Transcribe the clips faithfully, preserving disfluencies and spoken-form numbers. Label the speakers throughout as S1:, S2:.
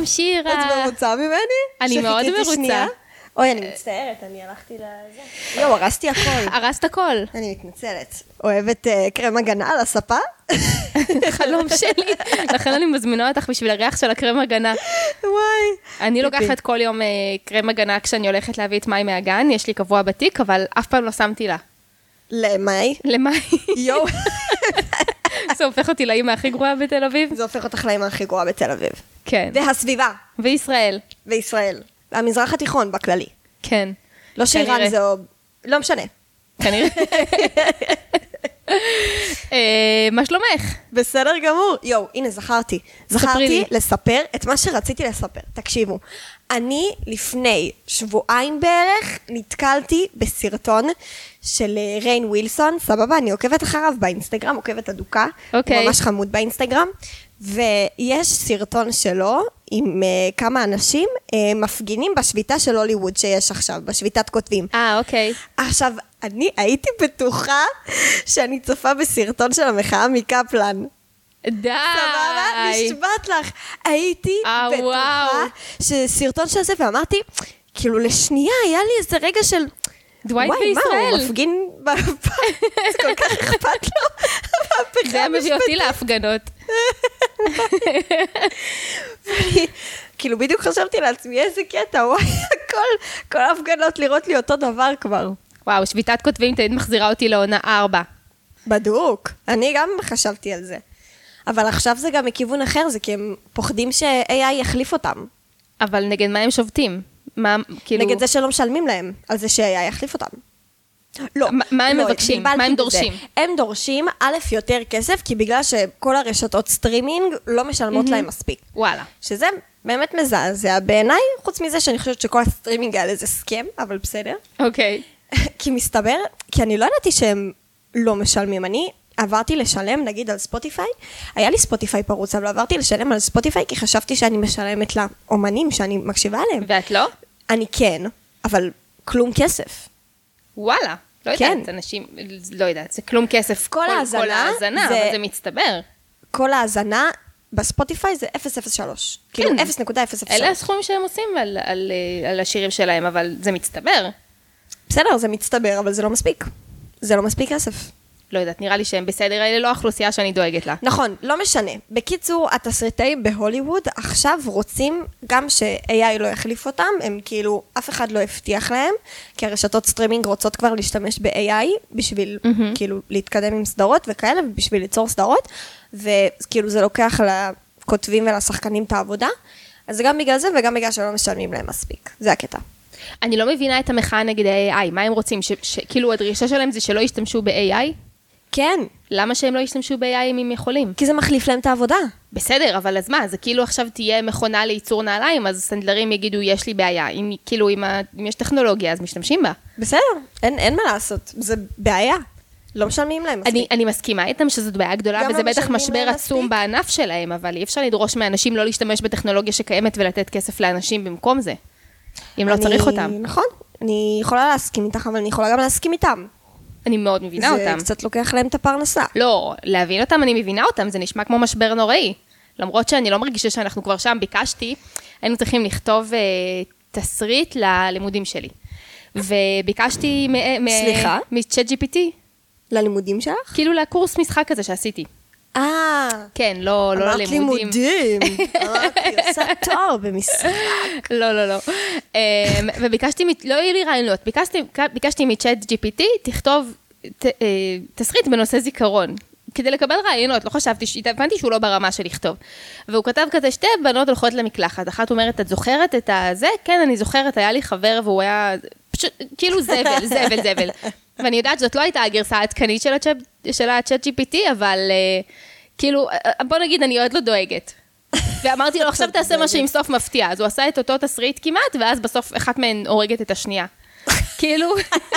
S1: שירה.
S2: את מרוצה ממני?
S1: אני מאוד מרוצה.
S2: אוי, אני מצטערת, אני הלכתי לזה. יואו, הרסתי הכל.
S1: הרסת הכל.
S2: אני מתנצלת. אוהבת קרם הגנה על הספה?
S1: חלום שלי. לכן אני מזמינה אותך בשביל הריח של הקרם הגנה.
S2: וואי.
S1: אני לוקחת כל יום קרם הגנה כשאני הולכת להביא את מאי מהגן, יש לי קבוע בתיק, אבל אף פעם לא שמתי לה.
S2: למאי?
S1: למאי.
S2: יואו.
S1: זה הופך אותי לאמא הכי גרועה בתל אביב.
S2: זה הופך אותך לאמא הכי גרועה בתל אביב.
S1: כן.
S2: והסביבה.
S1: וישראל.
S2: וישראל. המזרח התיכון בכללי.
S1: כן.
S2: לא שאיראן זה... לא משנה.
S1: כנראה. מה שלומך?
S2: בסדר גמור. יואו, הנה, זכרתי. זכרתי לספר את מה שרציתי לספר. תקשיבו. אני לפני שבועיים בערך נתקלתי בסרטון של ריין ווילסון, סבבה, אני עוקבת אחריו באינסטגרם, עוקבת אדוקה, הוא ממש חמוד באינסטגרם, ויש סרטון שלו עם uh, כמה אנשים uh, מפגינים בשביתה של הוליווד שיש עכשיו, בשביתת כותבים.
S1: אה, אוקיי.
S2: עכשיו, אני הייתי בטוחה שאני צופה בסרטון של המחאה מקפלן.
S1: די.
S2: סבבה, נשבעת לך. הייתי
S1: אה,
S2: בטוחה
S1: וואו.
S2: שסרטון של זה, ואמרתי, כאילו לשנייה היה לי איזה רגע של...
S1: דווייט בישראל.
S2: וואי, מה, הוא מפגין בפאנק? זה כל כך אכפת לו.
S1: זה מביא אותי להפגנות.
S2: כאילו בדיוק חשבתי לעצמי איזה קטע, וואי, הכל, כל ההפגנות לראות לי אותו דבר כבר.
S1: וואו, שביתת כותבים תמיד מחזירה אותי לעונה ארבע.
S2: בדוק, אני גם חשבתי על זה. אבל עכשיו זה גם מכיוון אחר, זה כי הם פוחדים ש-איי איי יחליף אותם.
S1: אבל נגד מה הם שובתים? מה, כאילו...
S2: נגד זה שלא משלמים להם, על זה ש-איי איי יחליף אותם. לא.
S1: מה הם
S2: לא,
S1: מבקשים? מה הם דורשים?
S2: הם דורשים, א', יותר כסף, כי בגלל שכל הרשתות סטרימינג לא משלמות להם מספיק.
S1: וואלה.
S2: שזה באמת מזעזע בעיניי, חוץ מזה שאני חושבת שכל הסטרימינג היה לזה סכם, אבל בסדר.
S1: אוקיי.
S2: כי מסתבר, כי אני לא ידעתי שהם לא משלמים. אני עברתי לשלם, נגיד, על ספוטיפיי. היה לי ספוטיפיי פרוץ, אבל עברתי לשלם על ספוטיפיי, כי חשבתי שאני משלמת לאומנים שאני מקשיבה עליהם.
S1: ואת לא?
S2: אני כן, אבל כלום כסף.
S1: וואלה. לא יודעת, אנשים, לא יודעת, זה כלום כסף. כל ההזנה, כל ההזנה, אבל זה מצטבר.
S2: כל ההזנה בספוטיפיי זה אפס אפס שלוש. כאילו אפס נקודה אפס אפס שלוש.
S1: אלה הסכומים שהם עושים על, על, על השירים שלהם, אבל זה מצטבר.
S2: בסדר, זה מצטבר, אבל זה לא מספיק. זה לא מספיק כסף.
S1: לא יודעת, נראה לי שהם בסדר, אלה לא האוכלוסייה שאני דואגת לה.
S2: נכון, לא משנה. בקיצור, התסריטאים בהוליווד עכשיו רוצים גם ש-איי איי לא יחליף אותם, הם כאילו, אף אחד לא הבטיח להם, כי הרשתות סטרימינג רוצות כבר להשתמש ב-איי איי, בשביל mm-hmm. כאילו להתקדם עם סדרות וכאלה, ובשביל ליצור סדרות, וכאילו זה לוקח לכותבים ולשחקנים את העבודה, אז גם בגלל זה וגם בגלל שלא משלמים להם מספיק. זה הקטע.
S1: אני לא מבינה את המחאה נגד ה-איי איי, מה הם רוצים? ש- ש- כאילו הדרישה שלהם זה שלא ישתמשו ב-איי איי?
S2: כן.
S1: למה שהם לא ישתמשו ב-איי איי אם הם יכולים?
S2: כי זה מחליף להם את העבודה.
S1: בסדר, אבל אז מה? זה כאילו עכשיו תהיה מכונה לייצור נעליים, אז סנדלרים יגידו, יש לי בעיה. אם, כאילו, אם, ה, אם יש טכנולוגיה, אז משתמשים בה.
S2: בסדר, אין, אין מה לעשות. זה בעיה. לא משלמים להם מספיק.
S1: אני, אני מסכימה איתם שזאת בעיה גדולה, וזה
S2: לא
S1: בטח משבר עצום מספיק. בענף שלהם, אבל אי אפשר לדרוש מאנשים לא להשתמש בטכנולוגיה שקיימת ולתת כסף לאנשים במקום זה. אם לא
S2: אני,
S1: צריך אותם.
S2: נכון. אני יכולה להסכים איתך, אבל אני יכולה גם להסכים איתם.
S1: אני מאוד מבינה
S2: זה
S1: אותם.
S2: זה קצת לוקח להם את הפרנסה.
S1: לא, להבין אותם אני מבינה אותם, זה נשמע כמו משבר נוראי. למרות שאני לא מרגישה שאנחנו כבר שם, ביקשתי, היינו צריכים לכתוב אה, תסריט ללימודים שלי. וביקשתי מ-
S2: סליחה?
S1: מ- מ-צ'אט ג'י פי טי.
S2: ללימודים שלך?
S1: כאילו לקורס משחק הזה שעשיתי.
S2: אה.
S1: כן, לא, לא
S2: אמרת
S1: ללימודים.
S2: לימודים. אמרתי, עושה תואר במשחק.
S1: לא, לא, לא. וביקשתי, לא יהיו לי רעיונות, ביקשתי, ביקשתי מ-צ'אט ג'י פי טי, תכתוב ת, תסריט בנושא זיכרון. כדי לקבל רעיונות, לא חשבתי, הבנתי שהוא לא ברמה של לכתוב. והוא כתב כזה, שתי בנות הולכות למקלחת. אחת אומרת, את זוכרת את הזה? כן, אני זוכרת, היה לי חבר והוא היה פשוט, כאילו זבל, זבל, זבל. ואני יודעת שזאת לא הייתה הגרסה העדכנית של ה-צ'אט ג'י פי טי, אבל כאילו, בוא נגיד, אני עוד לא דואגת. ואמרתי לו, עכשיו תעשה משהו עם סוף מפתיע. אז הוא עשה את אותו תסריט כמעט, ואז בסוף אחת מהן הורגת את השנייה. כאילו,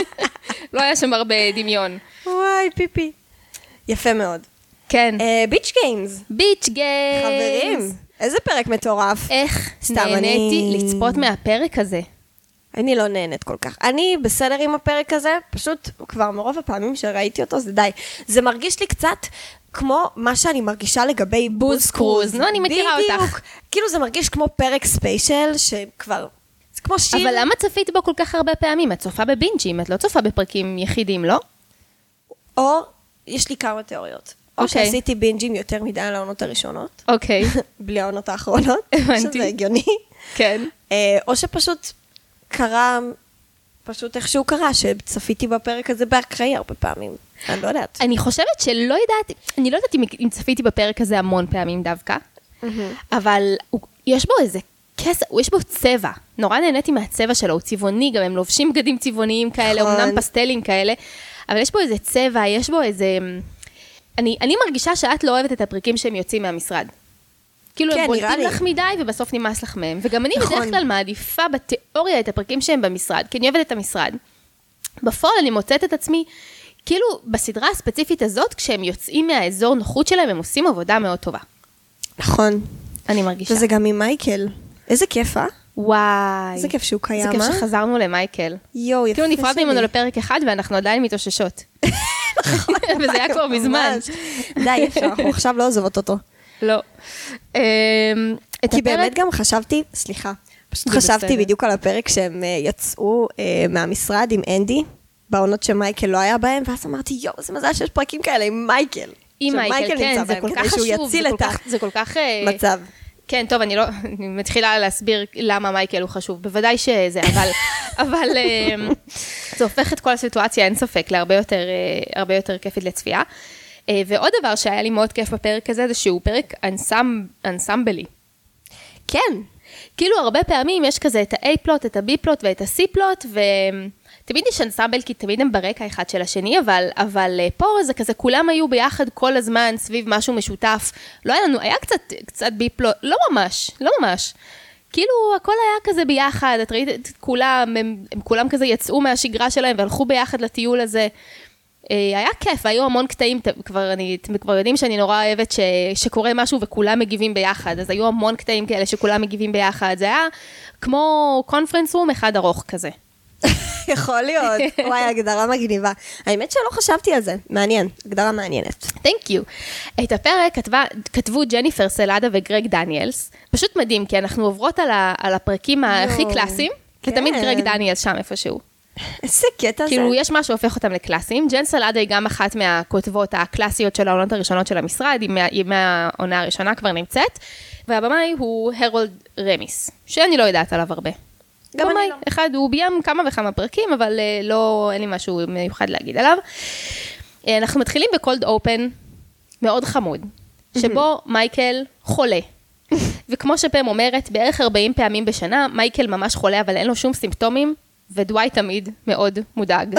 S1: לא היה שם הרבה דמיון.
S2: וואי, פיפי. יפה מאוד.
S1: כן.
S2: ביץ' גיימס.
S1: ביץ' גיימס.
S2: חברים, איזה פרק מטורף.
S1: איך נהניתי לצפות מהפרק הזה.
S2: אני לא נהנית כל כך. אני בסדר עם הפרק הזה, פשוט כבר מרוב הפעמים שראיתי אותו, זה די. זה מרגיש לי קצת כמו מה שאני מרגישה לגבי בוז קרוז.
S1: נו, אני מכירה אותך.
S2: כאילו זה מרגיש כמו פרק ספיישל, שכבר, זה כמו שיר.
S1: אבל למה צפית בו כל כך הרבה פעמים? את צופה בבינג'ים, את לא צופה בפרקים יחידים, לא?
S2: או, יש לי כמה תיאוריות. או שעשיתי בינג'ים יותר מדי על העונות הראשונות.
S1: אוקיי.
S2: בלי העונות האחרונות.
S1: הבנתי.
S2: שזה הגיוני.
S1: כן.
S2: או שפשוט קרה, פשוט איכשהו קרה, שצפיתי בפרק הזה באקראי הרבה פעמים. אני לא יודעת.
S1: אני חושבת שלא יודעת, אני לא יודעת אם, אם צפיתי בפרק הזה המון פעמים דווקא, אבל הוא, יש בו איזה כסף, יש בו צבע. נורא נהניתי מהצבע שלו, הוא צבעוני, גם הם לובשים בגדים צבעוניים כאלה, אמנם פסטלים כאלה, אבל יש בו איזה צבע, יש בו איזה... אני, אני מרגישה שאת לא אוהבת את הפרקים שהם יוצאים מהמשרד. כאילו הם בולטים לך מדי ובסוף נמאס לך מהם. וגם אני בדרך כלל מעדיפה בתיאוריה את הפרקים שהם במשרד, כי אני אוהבת את המשרד. בפועל אני מוצאת את עצמי, כאילו בסדרה הספציפית הזאת, כשהם יוצאים מהאזור נוחות שלהם, הם עושים עבודה מאוד טובה.
S2: נכון.
S1: אני מרגישה.
S2: וזה גם עם מייקל. איזה כיף, אה?
S1: וואי.
S2: איזה כיף שהוא קיים, אה?
S1: איזה כיף שחזרנו למייקל.
S2: יו, יפה שלי.
S1: כאילו נפרדנו ממנו לפרק אחד, ואנחנו עדיין מתאוששות. וזה היה כבר מזמן.
S2: די, אנחנו עכשיו לא עוזבות אותו.
S1: לא.
S2: כי באמת גם חשבתי, סליחה, פשוט חשבתי בדיוק על הפרק שהם יצאו מהמשרד עם אנדי, בעונות שמייקל לא היה בהם, ואז אמרתי, יו, זה מזל שיש פרקים כאלה עם מייקל.
S1: עם מייקל, כן, זה כל כך חשוב, זה כל כך...
S2: מצב.
S1: כן, טוב, אני לא, אני מתחילה להסביר למה מייקל הוא חשוב, בוודאי שזה, אבל, אבל זה הופך את כל הסיטואציה, אין ספק, להרבה יותר, הרבה יותר כיפית לצפייה. ועוד דבר שהיה לי מאוד כיף בפרק הזה, זה שהוא פרק אנסמב, אנסמבלי.
S2: כן.
S1: כאילו הרבה פעמים יש כזה את ה-A-פלוט, את ה-B-פלוט ואת ה-C-פלוט, ותמיד יש אנסמבל, כי תמיד הם ברקע אחד של השני, אבל, אבל פה זה כזה, כולם היו ביחד כל הזמן סביב משהו משותף. לא היה לנו, היה קצת, קצת B-פלוט, לא ממש, לא ממש. כאילו הכל היה כזה ביחד, את ראית את כולם, הם, הם כולם כזה יצאו מהשגרה שלהם והלכו ביחד לטיול הזה. היה כיף, היו המון קטעים, כבר, אני, אתם כבר יודעים שאני נורא אוהבת ש, שקורה משהו וכולם מגיבים ביחד, אז היו המון קטעים כאלה שכולם מגיבים ביחד, זה היה כמו קונפרנס רום אחד ארוך כזה.
S2: יכול להיות, וואי, הגדרה מגניבה. האמת שלא חשבתי על זה, מעניין, הגדרה מעניינת.
S1: Thank you. את הפרק כתבה, כתבו ג'ניפר סלאדה וגרג דניאלס, פשוט מדהים, כי אנחנו עוברות על, ה, על הפרקים הכי קלאסיים, כן. ותמיד גרג דניאלס שם איפשהו.
S2: איזה קטע זה.
S1: כאילו, יש משהו הופך אותם לקלאסיים. ג'ן סלאדה היא גם אחת מהכותבות הקלאסיות של העונות הראשונות של המשרד, היא מהעונה הראשונה כבר נמצאת, והבמאי הוא הרולד רמיס, שאני לא יודעת עליו הרבה. גם אני לא. אחד, הוא ביים כמה וכמה פרקים, אבל לא, אין לי משהו מיוחד להגיד עליו. אנחנו מתחילים בקולד אופן, מאוד חמוד, שבו מייקל חולה. וכמו שפעם אומרת, בערך ארבעים פעמים בשנה, מייקל ממש חולה, אבל אין לו שום סימפטומים, ודווי תמיד מאוד מודאג.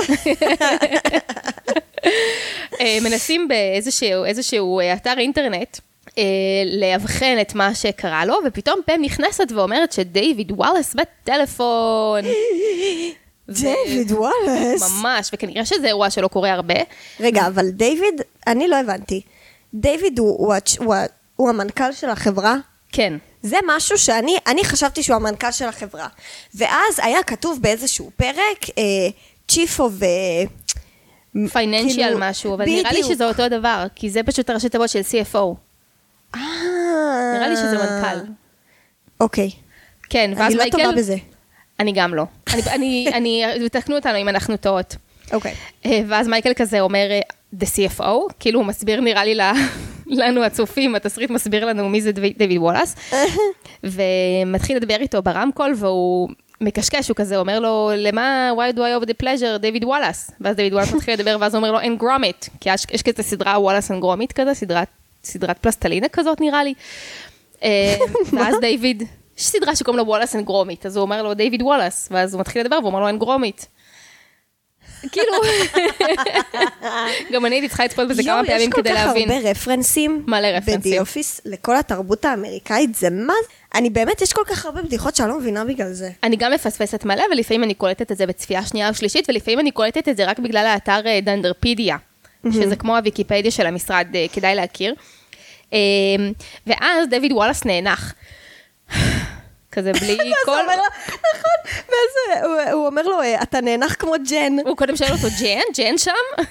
S1: מנסים באיזשהו איזשהו אתר אינטרנט, להבחן את מה שקרה לו, ופתאום פם נכנסת ואומרת שדייוויד וואלס בטלפון.
S2: דייוויד וואלס?
S1: ממש, וכנראה שזה אירוע שלא קורה הרבה.
S2: רגע, אבל דייוויד, אני לא הבנתי. דייוויד הוא, הוא, הוא המנכ"ל של החברה?
S1: כן.
S2: זה משהו שאני, אני חשבתי שהוא המנכ"ל של החברה. ואז היה כתוב באיזשהו פרק, Chief of...
S1: פייננשיאל משהו, אבל נראה לי שזה אותו דבר, כי זה פשוט הראשי תיבות של סי אף או. נראה לי שזה מנכ"ל.
S2: אוקיי.
S1: כן, ואז
S2: מייקל... אני לא טובה בזה.
S1: אני גם לא. אני, תקנו אותנו אם אנחנו טועות.
S2: אוקיי.
S1: ואז מייקל כזה אומר, the סי אף או, כאילו הוא מסביר נראה לי לנו הצופים, התסריט מסביר לנו מי זה דייוויד וואלס, ומתחיל לדבר איתו ברמקול, והוא מקשקש, הוא כזה אומר לו, למה, why do I have the pleasure, דייוויד וואלס? ואז דייוויד וואלס מתחיל לדבר, ואז הוא אומר לו, אין גרומית, כי יש, יש כזה סדרה וואלס אין גרומית כזה, סדרת, סדרת פלסטלינה כזאת נראה לי. ואז דייוויד, יש סדרה שקוראים לו וואלס אין גרומית, אז הוא אומר לו, דייוויד וואלס, ואז הוא מתחיל לדבר, והוא אומר לו, אין גרומית. כאילו, גם אני הייתי צריכה לצפות בזה כמה פעמים כדי להבין.
S2: יש כל כך הרבה רפרנסים בדי אופיס לכל התרבות האמריקאית, זה מה? אני באמת, יש כל כך הרבה בדיחות שאני לא מבינה בגלל זה.
S1: אני גם מפספסת מלא, ולפעמים אני קולטת את זה בצפייה שנייה או שלישית, ולפעמים אני קולטת את זה רק בגלל האתר דנדרפידיה, שזה כמו הוויקיפדיה של המשרד, כדאי להכיר. ואז דייוויד וואלס נאנח. כזה בלי כל...
S2: נכון, ואז הוא אומר לו, אתה נאנח כמו ג'ן.
S1: הוא קודם שואל אותו, ג'ן? ג'ן שם?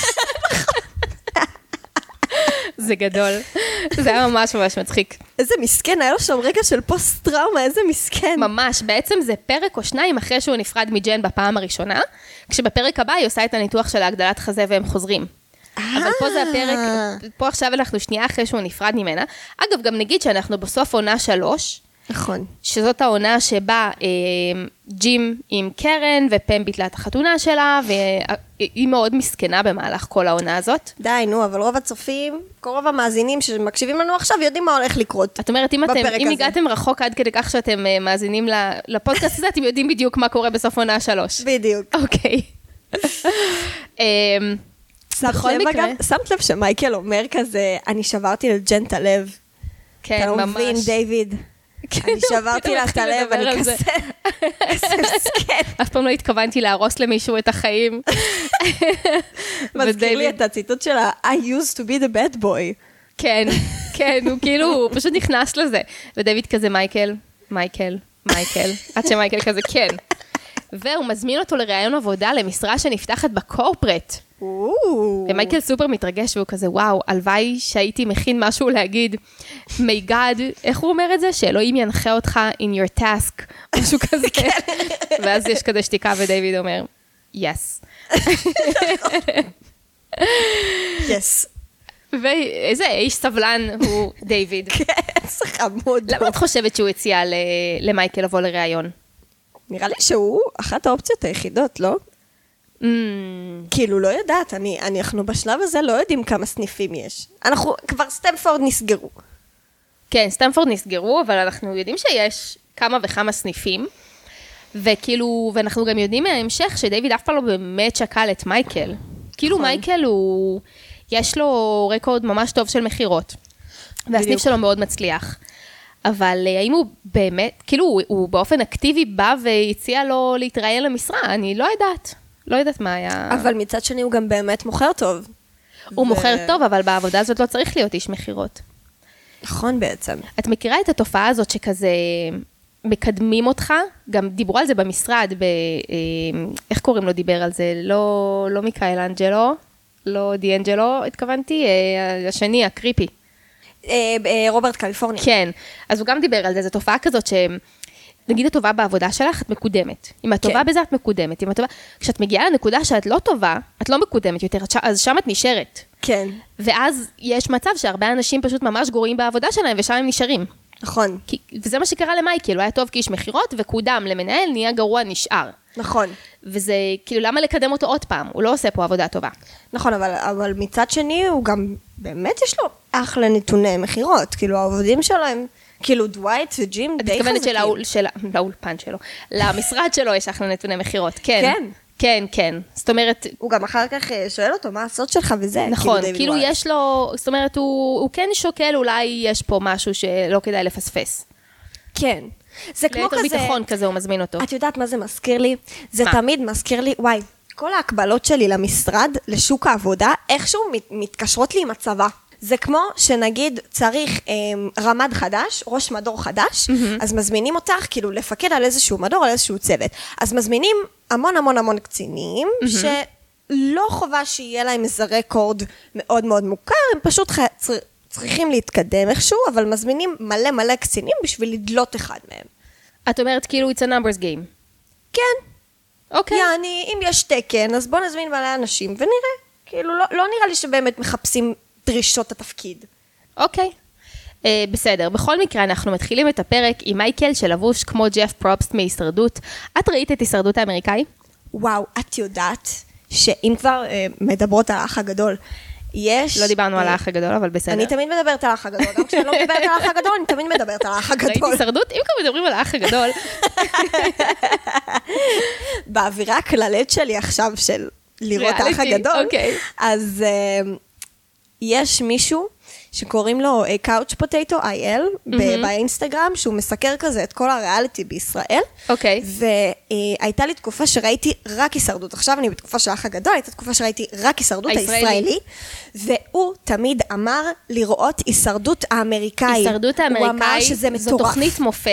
S1: זה גדול. זה היה ממש ממש מצחיק.
S2: איזה מסכן, היה לו שם רגע של פוסט-טראומה, איזה מסכן.
S1: ממש, בעצם זה פרק או שניים אחרי שהוא נפרד מג'ן בפעם הראשונה, כשבפרק הבא היא עושה את הניתוח של ההגדלת חזה והם חוזרים. אבל פה זה הפרק, פה עכשיו אנחנו שנייה אחרי שהוא נפרד ממנה. אגב, גם נגיד שאנחנו בסוף עונה שלוש,
S2: נכון.
S1: שזאת העונה שבה אה, ג'ים עם קרן, ופם ביטלה את החתונה שלה, והיא מאוד מסכנה במהלך כל העונה הזאת.
S2: די, נו, אבל רוב הצופים, רוב המאזינים שמקשיבים לנו עכשיו, יודעים מה הולך לקרות.
S1: את אומרת, אם, אתם, אם הגעתם רחוק עד כדי כך שאתם אה, מאזינים לפודקאסט הזה, אתם יודעים בדיוק מה קורה בסוף עונה שלוש.
S2: בדיוק.
S1: אוקיי. אה,
S2: בכל מקרה... שמת לב שמייקל אומר כזה, אני שברתי לג'ן את הלב.
S1: כן, ממש.
S2: אתה לא מבין, דיוויד. אני שברתי לה את הלב, אני כזה... איזה מסכן.
S1: אף פעם לא התכוונתי להרוס למישהו את החיים.
S2: מזכיר לי את הציטוט שלה, I used to be the bad boy.
S1: כן, כן, הוא כאילו, הוא פשוט נכנס לזה. ודייוויד כזה, מייקל, מייקל, מייקל, עד שמייקל כזה, כן. והוא מזמין אותו לראיון עבודה למשרה שנפתחת בקורפרט. ומייקל סופר מתרגש, והוא כזה, וואו, הלוואי שהייתי מכין משהו להגיד, may God, איך הוא אומר את זה? שאלוהים ינחה אותך in your task, משהו כזה. ואז יש כזה שתיקה, ודייוויד אומר, yes.
S2: yes.
S1: ואיזה איש סבלן הוא דיוויד.
S2: כן, זה חמוד.
S1: למה את חושבת שהוא הציע למייקל לבוא לראיון?
S2: נראה לי שהוא אחת האופציות היחידות, לא?
S1: Mm.
S2: כאילו, לא יודעת, אני, אנחנו בשלב הזה לא יודעים כמה סניפים יש. אנחנו, כבר סטמפורד נסגרו.
S1: כן, סטמפורד נסגרו, אבל אנחנו יודעים שיש כמה וכמה סניפים, וכאילו, ואנחנו גם יודעים מההמשך שדיוויד אף פעם לא באמת שקל את מייקל. כאילו מייקל הוא, יש לו רקורד ממש טוב של מחירות, והסניף שלו מאוד מצליח. אבל האם הוא באמת, כאילו הוא, הוא באופן אקטיבי בא והציע לו להתראיין למשרה, אני לא יודעת. לא יודעת מה היה...
S2: אבל מצד שני הוא גם באמת מוכר טוב.
S1: הוא ו... מוכר טוב, אבל בעבודה הזאת לא צריך להיות איש מחירות.
S2: נכון בעצם.
S1: את מכירה את התופעה הזאת שכזה מקדמים אותך? גם דיברו על זה במשרד, ב... איך קוראים לו דיבר על זה? לא, לא מיקאל אנג'לו, לא דיאנג'לו, התכוונתי, השני, הקריפי.
S2: רוברט קליפורניה.
S1: כן, אז הוא גם דיבר על זה, זו תופעה כזאת ש... נגיד את טובה בעבודה שלך, את מקודמת. אם את טובה בזה, את מקודמת. אם את טובה... כשאת מגיעה לנקודה שאת לא טובה, את לא מקודמת יותר, אז שם את נשארת.
S2: כן.
S1: ואז יש מצב שהרבה אנשים פשוט ממש גרועים בעבודה שלהם, ושם הם נשארים.
S2: נכון.
S1: כי... וזה מה שקרה למייקל, הוא היה טוב כאיש מחירות, וקודם למנהל, נהיה גרוע, נשאר.
S2: נכון.
S1: וזה, כאילו, למה לקדם אותו עוד פעם? הוא לא עושה פה עבודה טובה.
S2: נכון, אבל, אבל מצד שני, הוא גם, באמת יש לו אחלה נתוני מחירות. כאילו, העובדים שלהם... כאילו דווייט וג'ים די חזקים. את
S1: מתכוונת של האולפן שלו, למשרד שלו יש אחלה נתוני מחירות, כן.
S2: כן.
S1: כן, כן. זאת אומרת...
S2: הוא גם אחר כך שואל אותו, מה הסוד שלך וזה?
S1: נכון, כאילו יש לו, זאת אומרת, הוא כן שוקל, אולי יש פה משהו שלא כדאי לפספס.
S2: כן. זה כמו כזה...
S1: ליתר ביטחון כזה, הוא מזמין אותו.
S2: את יודעת מה זה מזכיר לי? זה תמיד מזכיר לי, וואי, כל ההקבלות שלי למשרד, לשוק העבודה, איכשהו מתקשרות לי עם הצבא. זה כמו שנגיד צריך אה, רמד חדש, ראש מדור חדש, mm-hmm. אז מזמינים אותך כאילו לפקד על איזשהו מדור, על איזשהו צוות. אז מזמינים המון המון המון קצינים, mm-hmm. שלא חובה שיהיה להם איזה רקורד מאוד מאוד מוכר, הם פשוט ח... צר... צריכים להתקדם איכשהו, אבל מזמינים מלא מלא קצינים בשביל לדלות אחד מהם.
S1: את אומרת כאילו it's a numbers game.
S2: כן.
S1: אוקיי.
S2: Okay. יעני, אם יש תקן, אז בוא נזמין מלא אנשים ונראה. כאילו לא, לא נראה לי שבאמת מחפשים... דרישות התפקיד.
S1: אוקיי. Uh, בסדר. בכל מקרה, אנחנו מתחילים את הפרק עם מייקל שלבוש כמו ג'ף פרופסט מהישרדות. את ראית את הישרדות האמריקאי?
S2: וואו, את יודעת שאם כבר uh, מדברות על האח הגדול, יש...
S1: לא דיברנו uh, על האח הגדול, אבל בסדר.
S2: אני תמיד מדברת על האח הגדול. גם כשאני לא מדברת על האח הגדול, אני תמיד מדברת על האח הגדול.
S1: ראית הישרדות? אם כבר מדברים על האח הגדול.
S2: באווירה הכללית שלי עכשיו של לראות האח הגדול, אז... יש מישהו שקוראים לו Couch Potato איי אל באינסטגרם, שהוא מסקר כזה את כל הריאליטי בישראל.
S1: אוקיי.
S2: והייתה לי תקופה שראיתי רק הישרדות. עכשיו אני בתקופה של האח הגדול, הייתה תקופה שראיתי רק הישרדות הישראלי. והוא תמיד אמר לראות הישרדות האמריקאי.
S1: הישרדות האמריקאי זו תוכנית מופת.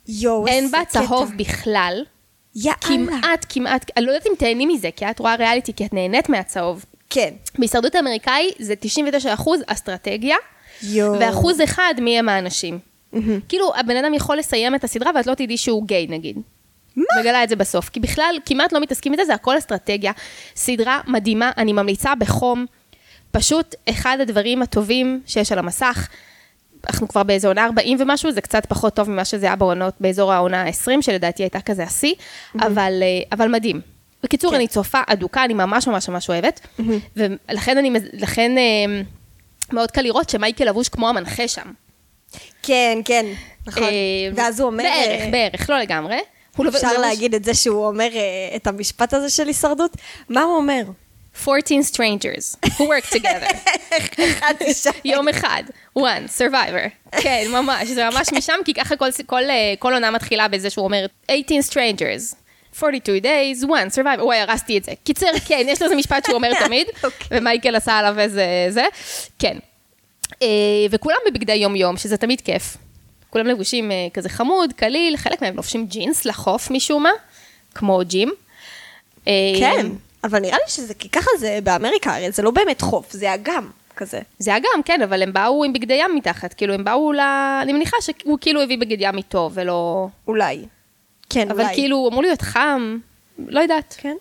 S2: יו,
S1: אין בה צהוב בכלל.
S2: יאללה.
S1: כמעט, כמעט, אני לא יודעת אם תהני מזה, כי את רואה ריאליטי, כי את נהנית מהצהוב.
S2: כן.
S1: בהישרדות האמריקאי זה תשעים ותשעה אחוז אסטרטגיה,
S2: יו.
S1: ואחוז אחד מי הם האנשים. כאילו, הבן אדם יכול לסיים את הסדרה, ואת לא תדעי שהוא גיי, נגיד. מה? וגלה את זה בסוף. כי בכלל, כמעט לא מתעסקים בזה, זה הכל אסטרטגיה. סדרה מדהימה, אני ממליצה בחום. פשוט אחד הדברים הטובים שיש על המסך, אנחנו כבר באיזו עונה ארבעים ומשהו, זה קצת פחות טוב ממה שזה היה בעונות, באזור העונה ה-עשרים, שלדעתי הייתה כזה השיא, אבל, אבל מדהים. בקיצור, אני צופה אדוקה, אני ממש ממש ממש אוהבת, ולכן אני, לכן מאוד קל לראות שמייקל לבוש כמו המנחה שם.
S2: כן, כן, נכון. ואז הוא אומר...
S1: בערך, בערך, לא לגמרי.
S2: אפשר להגיד את זה שהוא אומר את המשפט הזה של הישרדות? מה הוא אומר?
S1: fourteen strangers who work together.
S2: אחד תשעה.
S1: יום אחד. one, survivor. כן, ממש. זה ממש משם, כי ככה כל, כל, כל עונה מתחילה בזה שהוא אומר eighteen strangers, forty-two days, one, survivor. וואי, הרסתי את זה. קיצר, כן, יש לזה משפט שהוא אומר תמיד, ומייקל עשה עליו איזה זה. כן. וכולם בבגדי יום-יום, שזה תמיד כיף. כולם לבושים כזה חמוד, קליל, חלק מהם לובשים ג'ינס לחוף משום מה, כמו ג'ים.
S2: כן. אבל נראה לי שזה, כי ככה זה באמריקה, הרי זה לא באמת חוף, זה אגם כזה.
S1: זה אגם, כן, אבל הם באו עם בגדי ים מתחת, כאילו הם באו ל... אני מניחה שהוא כאילו הביא בגד ים איתו, ולא...
S2: אולי. כן,
S1: אבל
S2: אולי.
S1: כאילו, אמור להיות חם, לא יודעת.
S2: כן.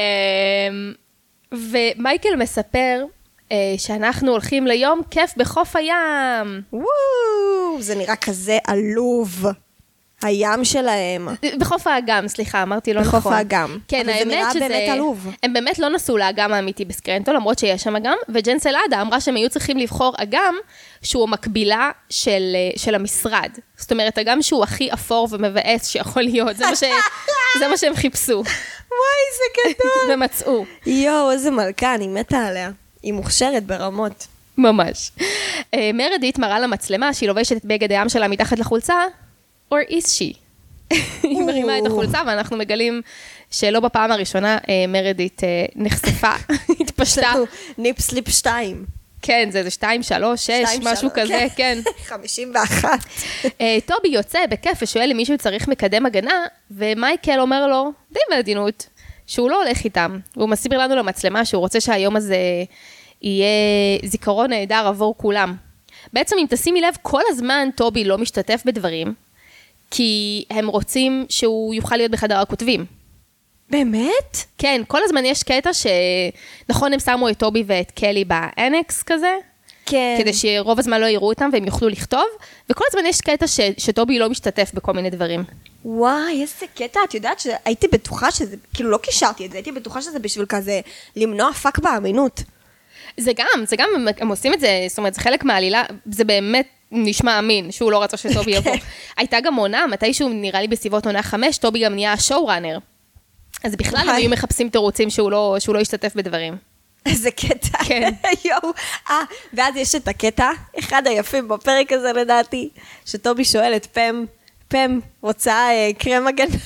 S1: ומייקל מספר שאנחנו הולכים ליום כיף בחוף הים.
S2: וואו, זה נראה כזה עלוב. הים שלהם.
S1: בחוף האגם, סליחה, אמרתי לא נכון.
S2: בחוף האגם.
S1: כן, האמת שזה...
S2: אבל זה נראה באמת עלוב.
S1: הם באמת לא נסעו לאגם האמיתי בסקרנטו, למרות שיש שם אגם, וג'ן סלאדה אמרה שהם היו צריכים לבחור אגם שהוא מקבילה של, של המשרד. זאת אומרת, אגם שהוא הכי אפור ומבאס שיכול להיות. זה מה, ש... זה מה שהם חיפשו.
S2: וואי, זה גדול.
S1: ומצאו.
S2: יואו, איזה מלכה, אני מתה עליה. היא מוכשרת ברמות.
S1: ממש. מרדית מראה למצלמה שהיא לובשת את בגד הים שלה מתחת לחולצה, or is she? היא מרימה את החולצה, ואנחנו מגלים שלא בפעם הראשונה מרדית נחשפה, התפשטה.
S2: ניפ סליפ שתיים.
S1: כן, זה שתיים, שלוש, שש, משהו כזה, כן.
S2: חמישים ואחת.
S1: טובי יוצא בכיף ושואל אם מישהו צריך מקדם הגנה, ומייקל אומר לו, די בעדינות, שהוא לא הולך איתם. והוא מסביר לנו למצלמה שהוא רוצה שהיום הזה יהיה זיכרון נהדר עבור כולם. בעצם אם תשימי לב, כל הזמן טובי לא משתתף בדברים, כי הם רוצים שהוא יוכל להיות בחדר הכותבים.
S2: באמת?
S1: כן, כל הזמן יש קטע שנכון הם שמו את טובי ואת קלי באנקס כזה,
S2: כן.
S1: כדי שרוב הזמן לא יראו אותם והם יוכלו לכתוב, וכל הזמן יש קטע ש, שטובי לא משתתף בכל מיני דברים.
S2: וואי, איזה קטע, את יודעת שהייתי בטוחה שזה, כאילו לא קישרתי את זה, הייתי בטוחה שזה בשביל כזה למנוע פאק באמינות.
S1: זה גם, זה גם, הם, הם עושים את זה, זאת אומרת, זה חלק מהעלילה, זה באמת נשמע אמין, שהוא לא רצה שטובי יבוא. הייתה גם עונה, מתישהו נראה לי בסביבות עונה חמש, טובי גם נהיה השואו-ראנר. אז בכלל הם היו מחפשים תירוצים שהוא לא, שהוא לא ישתתף בדברים.
S2: איזה קטע.
S1: כן.
S2: יואו. אה, ואז יש את הקטע, אחד היפים בפרק הזה לדעתי, שטובי שואל את פם, פם רוצה אה, קרם הגנה.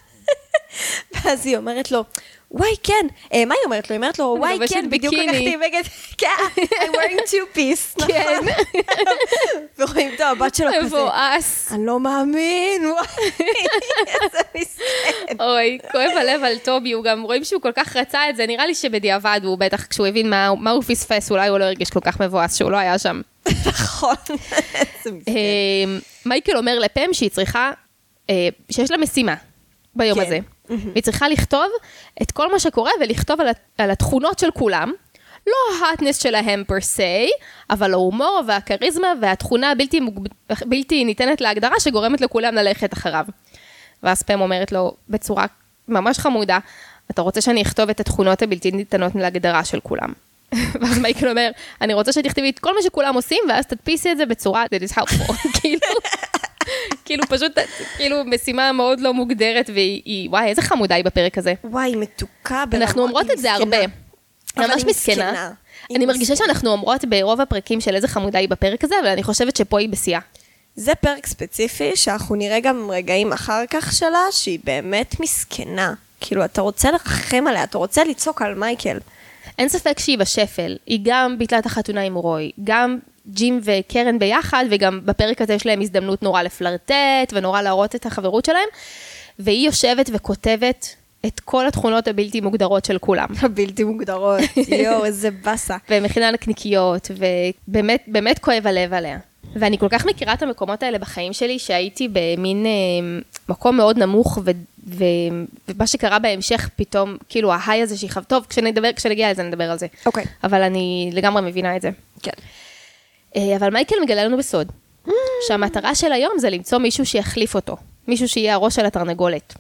S2: ואז היא אומרת לו, וואי, כן. אה, מה היא אומרת לו? היא אומרת לו, וואי, כן, בדיוק לקחתי בגד. כן, I'm wearing two piece.
S1: כן.
S2: ורואים את הבת שלו כזה.
S1: מבואס.
S2: אני לא מאמין, וואי, איזה מסכן.
S1: אוי, כואב הלב על טובי, הוא גם רואים שהוא כל כך רצה את זה, נראה לי שבדיעבד הוא בטח, כשהוא הבין מה, מה הוא פספס, אולי הוא לא הרגיש כל כך מבואס, שהוא לא היה שם.
S2: נכון, איזה מסכן.
S1: מייקל אומר לפם שהיא צריכה, שיש לה משימה ביום הזה. והיא צריכה לכתוב את כל מה שקורה, ולכתוב על, על התכונות של כולם, לא ההטנס שלהם פר סי, אבל ההומור והכריזמה והתכונה הבלתי מוגב... בלתי ניתנת להגדרה, שגורמת לכולם ללכת אחריו. ואז פם אומרת לו בצורה ממש חמודה, אתה רוצה שאני אכתוב את התכונות הבלתי ניתנות להגדרה של כולם. ואז מייקל אומר, אני רוצה שתכתבי את כל מה שכולם עושים, ואז תדפיסי את זה בצורה that is helpful. כאילו... כאילו פשוט, כאילו משימה מאוד לא מוגדרת, והיא, וואי, איזה חמודה היא בפרק הזה.
S2: וואי, מתוקה ברמה.
S1: אנחנו אומרות את זה הרבה. ממש מסכנה. אני מרגישה שאנחנו אומרות ברוב הפרקים של איזה חמודה היא בפרק הזה, אבל אני חושבת שפה היא בשיאה.
S2: זה פרק ספציפי, שאנחנו נראה גם רגעים אחר כך שלה, שהיא באמת מסכנה. כאילו, אתה רוצה לרחם עליה, אתה רוצה לצעוק על מייקל.
S1: אין ספק שהיא בשפל. היא גם ביטלה את החתונה עם רוי, גם ג'ים וקרן ביחד, וגם בפרק הזה יש להם הזדמנות נורא לפלרטט, ונורא להראות את החברות שלהם, והיא יושבת וכותבת את כל התכונות הבלתי מוגדרות של כולם.
S2: הבלתי מוגדרות, יואו, איזה בסה.
S1: ומכינה נקניקיות, ובאמת, באמת כואב הלב עליה. ואני כל כך מכירה את המקומות האלה בחיים שלי, שהייתי במין אה, מקום מאוד נמוך, ו, ו, ומה שקרה בהמשך פתאום, כאילו ההיי הזה שהיא חו... טוב, כשנדבר, כשנגיע לזה נדבר על זה.
S2: אוקיי.
S1: אבל אני לגמרי מבינה את זה.
S2: כן.
S1: אה, אבל מייקל מגלה לנו בסוד, שהמטרה של היום זה למצוא מישהו שיחליף אותו. מישהו שיהיה הראש של התרנגולת.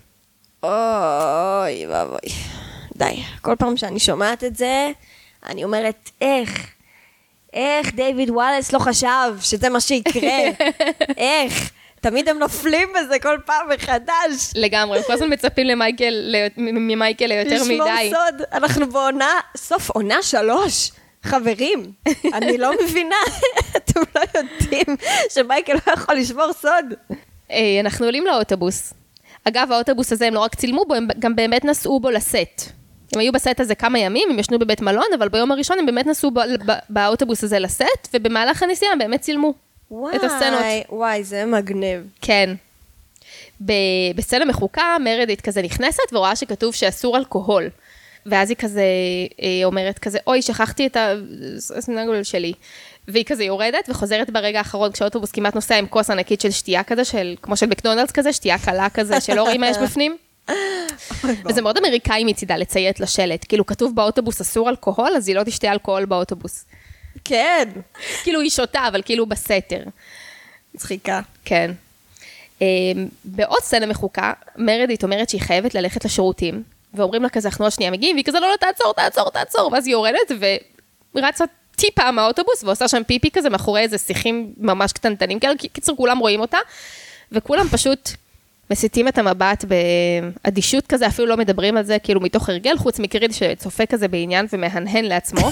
S2: אוי, ואבוי. די, כל פעם שאני שומעת את זה, אני אומרת, איך? איך דיוויד וואלס לא חשב שזה מה שיקרה? איך? תמיד הם נופלים בזה כל פעם מחדש.
S1: לגמרי, כל הזמן מצפים למייקל, ממייקל ליותר מדי.
S2: לשמור סוד, אנחנו בעונה, סוף עונה שלוש. חברים, אני לא מבינה, אתם לא יודעים שמייקל לא יכול לשמור סוד.
S1: אנחנו עולים לאוטובוס. אגב, האוטובוס הזה הם לא רק צילמו בו, הם גם באמת נסעו בו לסט. הם היו בסט הזה כמה ימים, הם ישנו בבית מלון, אבל ביום הראשון הם באמת נסעו באוטובוס הזה לסט, ובמהלך הנסיעה הם באמת צילמו את הסצנות.
S2: וואי, זה מגניב.
S1: כן. בסצנה מחוקה, מרדיט כזה נכנסת, ורואה שכתוב שאסור אלכוהול. ואז היא כזה אומרת כזה, אוי, שכחתי את הסנגול שלי. והיא כזה יורדת וחוזרת ברגע האחרון, כשהאוטובוס כמעט נוסע עם כוס ענקית של שתייה כזה, של, כמו של מקדונלדס כזה, שתייה קלה כזה, שלא רואים מה יש בפנים. וזה מאוד אמריקאי מצידה לציית לשלט. כאילו כתוב באוטובוס אסור אלכוהול, אז היא לא תשתה אלכוהול באוטובוס.
S2: כן.
S1: כאילו היא שותה, אבל כאילו בסתר.
S2: צחיקה.
S1: כן. בעוד סצנה מחוקה, מרדיט אומרת שהיא חייבת ללכת לשירותים, ואומרים לה כזה, אנחנו עוד שנייה מגיעים, והיא כזה, לא, לא, תעצור, תעצור, תעצור, ואז היא יורדת, ורצה טיפה מהאוטובוס, ועושה שם פיפי כזה, מאחורי איזה שיחים ממש קטנטנים, קיצור, כולם רואים אותה, וכולם פשוט מסיתים את המבט באדישות כזה, אפילו לא מדברים על זה, כאילו מתוך הרגל, חוץ מקריד שצופה כזה בעניין, ומהנהן לעצמו.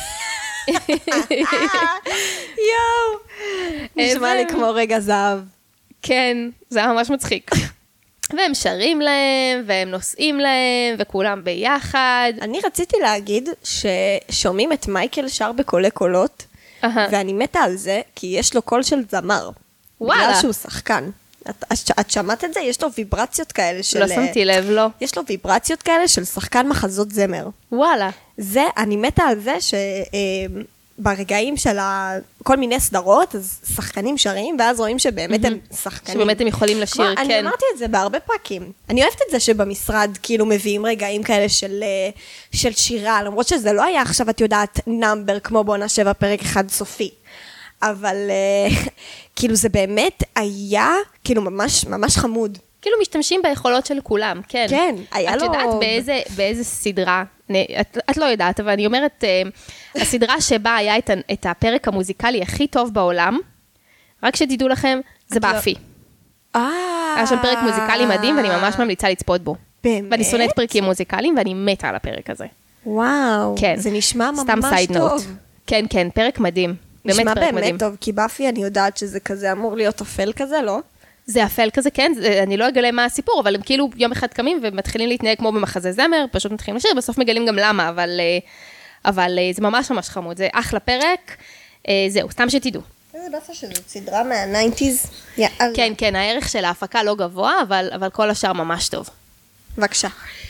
S2: יואו, נשמע לי כמו רגע זהב.
S1: כן, זה היה ממש מצחיק. והם שרים להם, והם נוסעים להם, וכולם ביחד.
S2: אני רציתי להגיד ששומעים את מייקל שר בקולי קולות, ואני מתה על זה, כי יש לו קול של זמר.
S1: וואלה.
S2: בגלל שהוא שחקן. את, את שמעת את זה? יש לו ויברציות כאלה של...
S1: לא שמתי לב, לא.
S2: יש לו ויברציות כאלה של שחקן מחזות זמר.
S1: וואלה.
S2: זה, אני מתה על זה שברגעים של כל מיני סדרות, אז שחקנים שרים, ואז רואים שבאמת הם שחקנים.
S1: שבאמת הם יכולים לשיר, כן.
S2: אני אמרתי את זה בהרבה פרקים. אני אוהבת את זה שבמשרד כאילו מביאים רגעים כאלה של, של שירה, למרות שזה לא היה עכשיו, את יודעת, נאמבר, כמו בעונה שבע פרק אחד סופי. אבל כאילו זה באמת היה כאילו ממש, ממש חמוד.
S1: כאילו משתמשים ביכולות של כולם, כן.
S2: כן, היה לו...
S1: את יודעת באיזה, באיזה סדרה, את, את לא יודעת, אבל אני אומרת, הסדרה שבה היה את, את הפרק המוזיקלי הכי טוב בעולם, רק שתדעו לכם, זה באפי. היה שם פרק מוזיקלי מדהים, ואני ממש ממליצה לצפות בו.
S2: באמת?
S1: ואני שונאת פרקים מוזיקליים, ואני מתה על הפרק הזה.
S2: וואו,
S1: כן.
S2: זה נשמע ממש
S1: סתם סייד
S2: טוב.
S1: נוט. כן, כן, פרק מדהים.
S2: נשמע באמת, באמת טוב, כי באפי אני יודעת שזה כזה אמור להיות אפל כזה, לא?
S1: זה אפל כזה, כן, זה, אני לא אגלה מה הסיפור, אבל הם כאילו יום אחד קמים ומתחילים להתנהג כמו במחזה זמר, פשוט מתחילים לשיר, בסוף מגלים גם למה, אבל, אבל זה ממש ממש חמוד, זה אחלה פרק, זהו, סתם שתדעו.
S2: איזה בסה שזאת סדרה מה-תשעים.
S1: כן, כן, הערך של ההפקה לא גבוה, אבל, אבל כל השאר ממש טוב.
S2: בבקשה.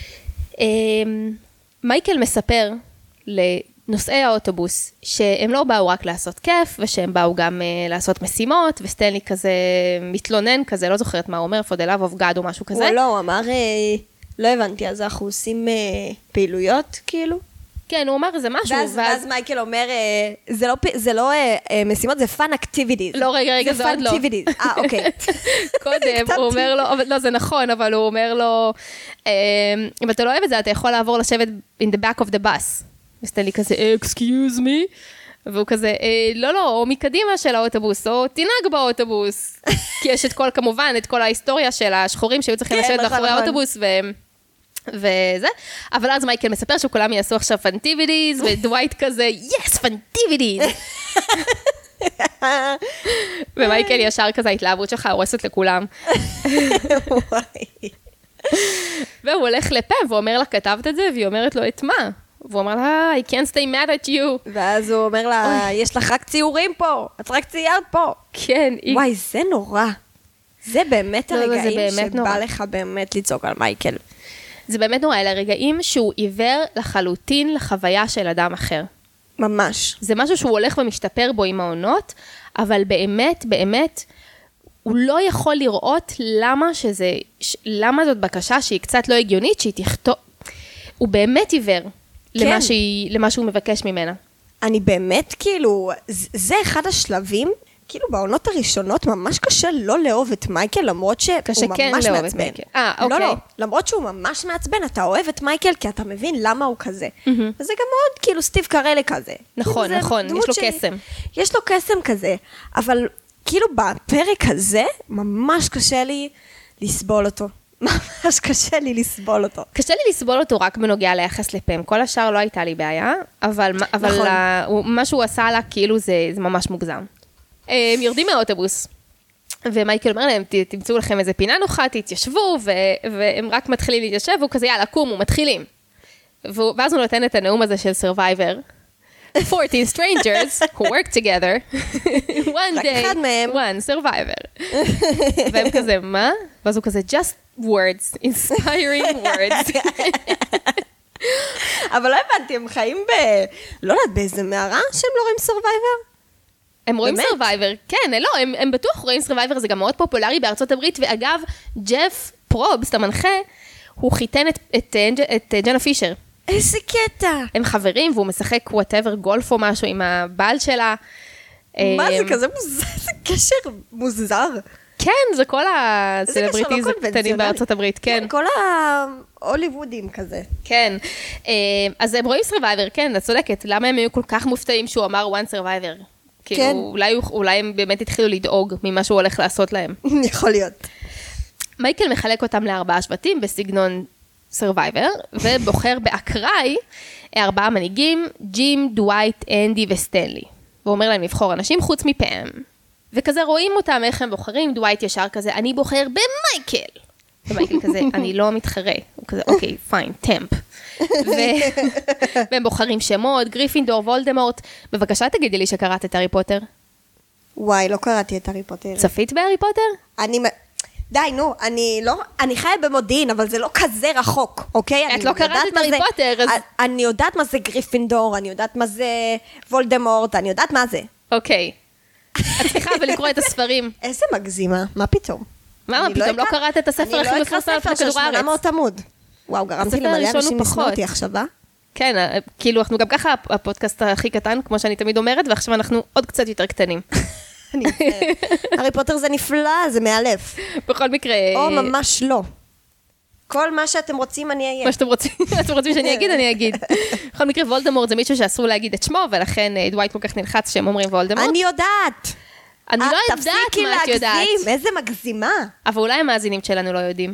S1: מייקל מספר לנוסעי האוטובוס, שהם לא באו רק לעשות כיף, ושהם באו גם uh, לעשות משימות, וסטנלי כזה מתלונן כזה, לא זוכרת מה הוא אומר, for the love of God או משהו כזה.
S2: הוא לא, הוא אמר, אה, לא הבנתי, אז אנחנו עושים אה, פעילויות, כאילו?
S1: כן, הוא אמר איזה משהו.
S2: ואז, ואז... ואז מייקל אומר, אה, זה לא, זה לא אה, אה, משימות, זה fun activities.
S1: לא, רגע, רגע, זה, זה עוד לא.
S2: זה fun activities. אה, אוקיי.
S1: קודם, הוא אומר לו, אבל, לא, זה נכון, אבל הוא אומר לו, אה, אם אתה לא אוהב את זה, אתה יכול לעבור לשבת in the back of the bus. וסטנלי כזה, excuse me, והוא כזה, לא, לא, או מקדימה של האוטובוס, או תנהג באוטובוס, כי יש את כל, כמובן, את כל ההיסטוריה של השחורים שהיו צריכים לשבת מאחורי האוטובוס, וזה, אבל אז מייקל מספר שכולם יעשו עכשיו פנטיביטיז, ודווייט כזה, yes, פנטיביטיז. ומייקל ישר כזה, ההתלהבות שלך הורסת לכולם. והוא הולך לפם, ואומר לה, כתבת את זה, והיא אומרת לו, את מה? והוא אמר לה, I can't stay mad at you.
S2: ואז הוא אומר לה, יש לך רק ציורים פה, את רק ציירת פה.
S1: כן.
S2: וואי, זה נורא. זה באמת
S1: לא,
S2: הרגעים
S1: זה באמת
S2: שבא
S1: נורא.
S2: לך באמת לצעוק על מייקל.
S1: זה באמת נורא, אלה רגעים שהוא עיוור לחלוטין לחוויה של אדם אחר.
S2: ממש.
S1: זה משהו שהוא הולך ומשתפר בו עם העונות, אבל באמת, באמת, הוא לא יכול לראות למה שזה, למה זאת בקשה שהיא קצת לא הגיונית, שהיא תכתוב, הוא באמת עיוור
S2: כן.
S1: למה, שהיא, למה שהוא מבקש ממנה.
S2: אני באמת, כאילו, זה אחד השלבים, כאילו בעונות הראשונות ממש קשה לא לאהוב את מייקל, למרות שהוא
S1: קשה
S2: ממש
S1: כן
S2: מעצבן.
S1: לאהוב את מייקל. אה, אוקיי.
S2: לא, לא, למרות שהוא ממש מעצבן, אתה אוהב את מייקל כי אתה מבין למה הוא כזה. וזה גם מאוד כאילו סטיב קרלה כזה.
S1: נכון,
S2: כאילו,
S1: נכון,
S2: דמות
S1: יש לו
S2: שהיא-
S1: קסם.
S2: יש לו קסם כזה, אבל כאילו בפרק הזה, ממש קשה לי לסבול אותו. ממש קשה לי לסבול אותו.
S1: קשה לי לסבול אותו רק בנוגע ליחס לפם, כל השאר לא הייתה לי בעיה, אבל, אבל
S2: נכון.
S1: ה, הוא, מה שהוא עשה לה, כאילו זה, זה ממש מוגזם. הם יורדים מהאוטובוס, ומייקל אומר להם, "ת- תמצאו לכם איזה פינה נוחה, תתיישבו, ו, והם רק מתחילים להתיישב, והוא כזה, יאללה, קומו, מתחילים. והוא, ואז הוא נותן את הנאום הזה של Survivor, fourteen strangers who work together, one
S2: רק
S1: day,
S2: אחד מהם.
S1: one survivor. והם כזה, מה? ואז הוא כזה, just words, inspiring words.
S2: אבל לא הבנתי, הם חיים ב... לא יודעת, באיזה מערה שהם לא רואים סורווייבר?
S1: הם רואים
S2: באמת?
S1: Survivor, כן, לא, הם, הם בטוח רואים Survivor, זה גם מאוד פופולרי בארצות הברית, ואגב, ג'ף פרובס, המנחה, הוא חיתן את, את, את, את ג'נה פישר.
S2: איזה קטע.
S1: הם חברים, והוא משחק whatever גולף או משהו עם הבעל שלה.
S2: מה זה
S1: אמ,
S2: כזה מוזר? זה קשר מוזר.
S1: כן, זה כל הסלבריטיז
S2: לא
S1: הקטנים
S2: קונבנציונלי.
S1: בארצות הברית, כן.
S2: כל ההוליוודים כזה.
S1: כן. אמ, אז הם רואים Survivor, כן, את צודקת. למה הם היו כל כך מופתעים שהוא אמר one survivor? כאילו,
S2: כן.
S1: אולי, הוא- אולי הם באמת התחילו לדאוג ממה שהוא הולך לעשות להם.
S2: יכול להיות.
S1: מייקל מחלק אותם לארבעה שבטים בסגנון Survivor, ובוחר באקראי ארבעה מנהיגים, ג'ים, דווייט, אנדי וסטנלי. והוא אומר להם לבחור אנשים חוץ מפעם. וכזה רואים אותם איך הם בוחרים, דווייט ישר כזה, אני בוחר במייקל. ומייקל כזה, אני לא מתחרה. הוא כזה, אוקיי, פיין, טמפ. ו- והם בוחרים שמות, גריפינדור, וולדמורט. בבקשה תגידי לי שקראת את הארי פוטר.
S2: וואי, לא קראתי את הארי פוטר.
S1: צפית בהארי פוטר?
S2: אני... מ- די, נו, אני לא... אני חיה במודיעין, אבל זה לא כזה רחוק, אוקיי?
S1: את
S2: אני
S1: לא קראת
S2: יודעת
S1: את
S2: מה
S1: הארי
S2: זה-
S1: פוטר, אז-
S2: א- אני יודעת מה זה גריפינדור, אני יודעת מה זה וולדמורט, אני יודעת מה זה.
S1: אוקיי. את צריכה אבל לקרוא את הספרים.
S2: איזה מגזימה, מה פתאום?
S1: מה,
S2: אני
S1: פתאום לא
S2: אקרא-
S1: קראת את הספר הכי מפורסם על פני
S2: אני לא
S1: כדור
S2: אקרא ספר של
S1: הארץ?
S2: שמונה מאות עמוד. וואו, גרמתי
S1: הספר
S2: למלא
S1: הראשון
S2: אנשים
S1: הוא
S2: לשנוא
S1: פחות.
S2: אותי עכשיו, אה?
S1: כן, אה, כאילו אנחנו גם ככה הפודקאסט הכי קטן, כמו שאני תמיד אומרת, ועכשיו אנחנו עוד קצת יותר קטנים.
S2: אני מצטערת. הארי פוטר זה נפלא, זה מאלף.
S1: בכל מקרה,
S2: או ממש לא. כל מה שאתם רוצים אני אהיה.
S1: מה שאתם רוצים, אתם רוצים שאני אגיד, אני אגיד. בכל מקרה, וולדמורט זה מישהו שאסור להגיד את שמו, ולכן אה, דווייט כל כך נלחץ שהם אומרים וולדמורט.
S2: אני יודעת.
S1: אני
S2: את
S1: לא יודעת
S2: תפסיקי
S1: מה את יודעת,
S2: להגזים, איזה מגזימה.
S1: אבל אולי המאזינים שלנו לא יודעים.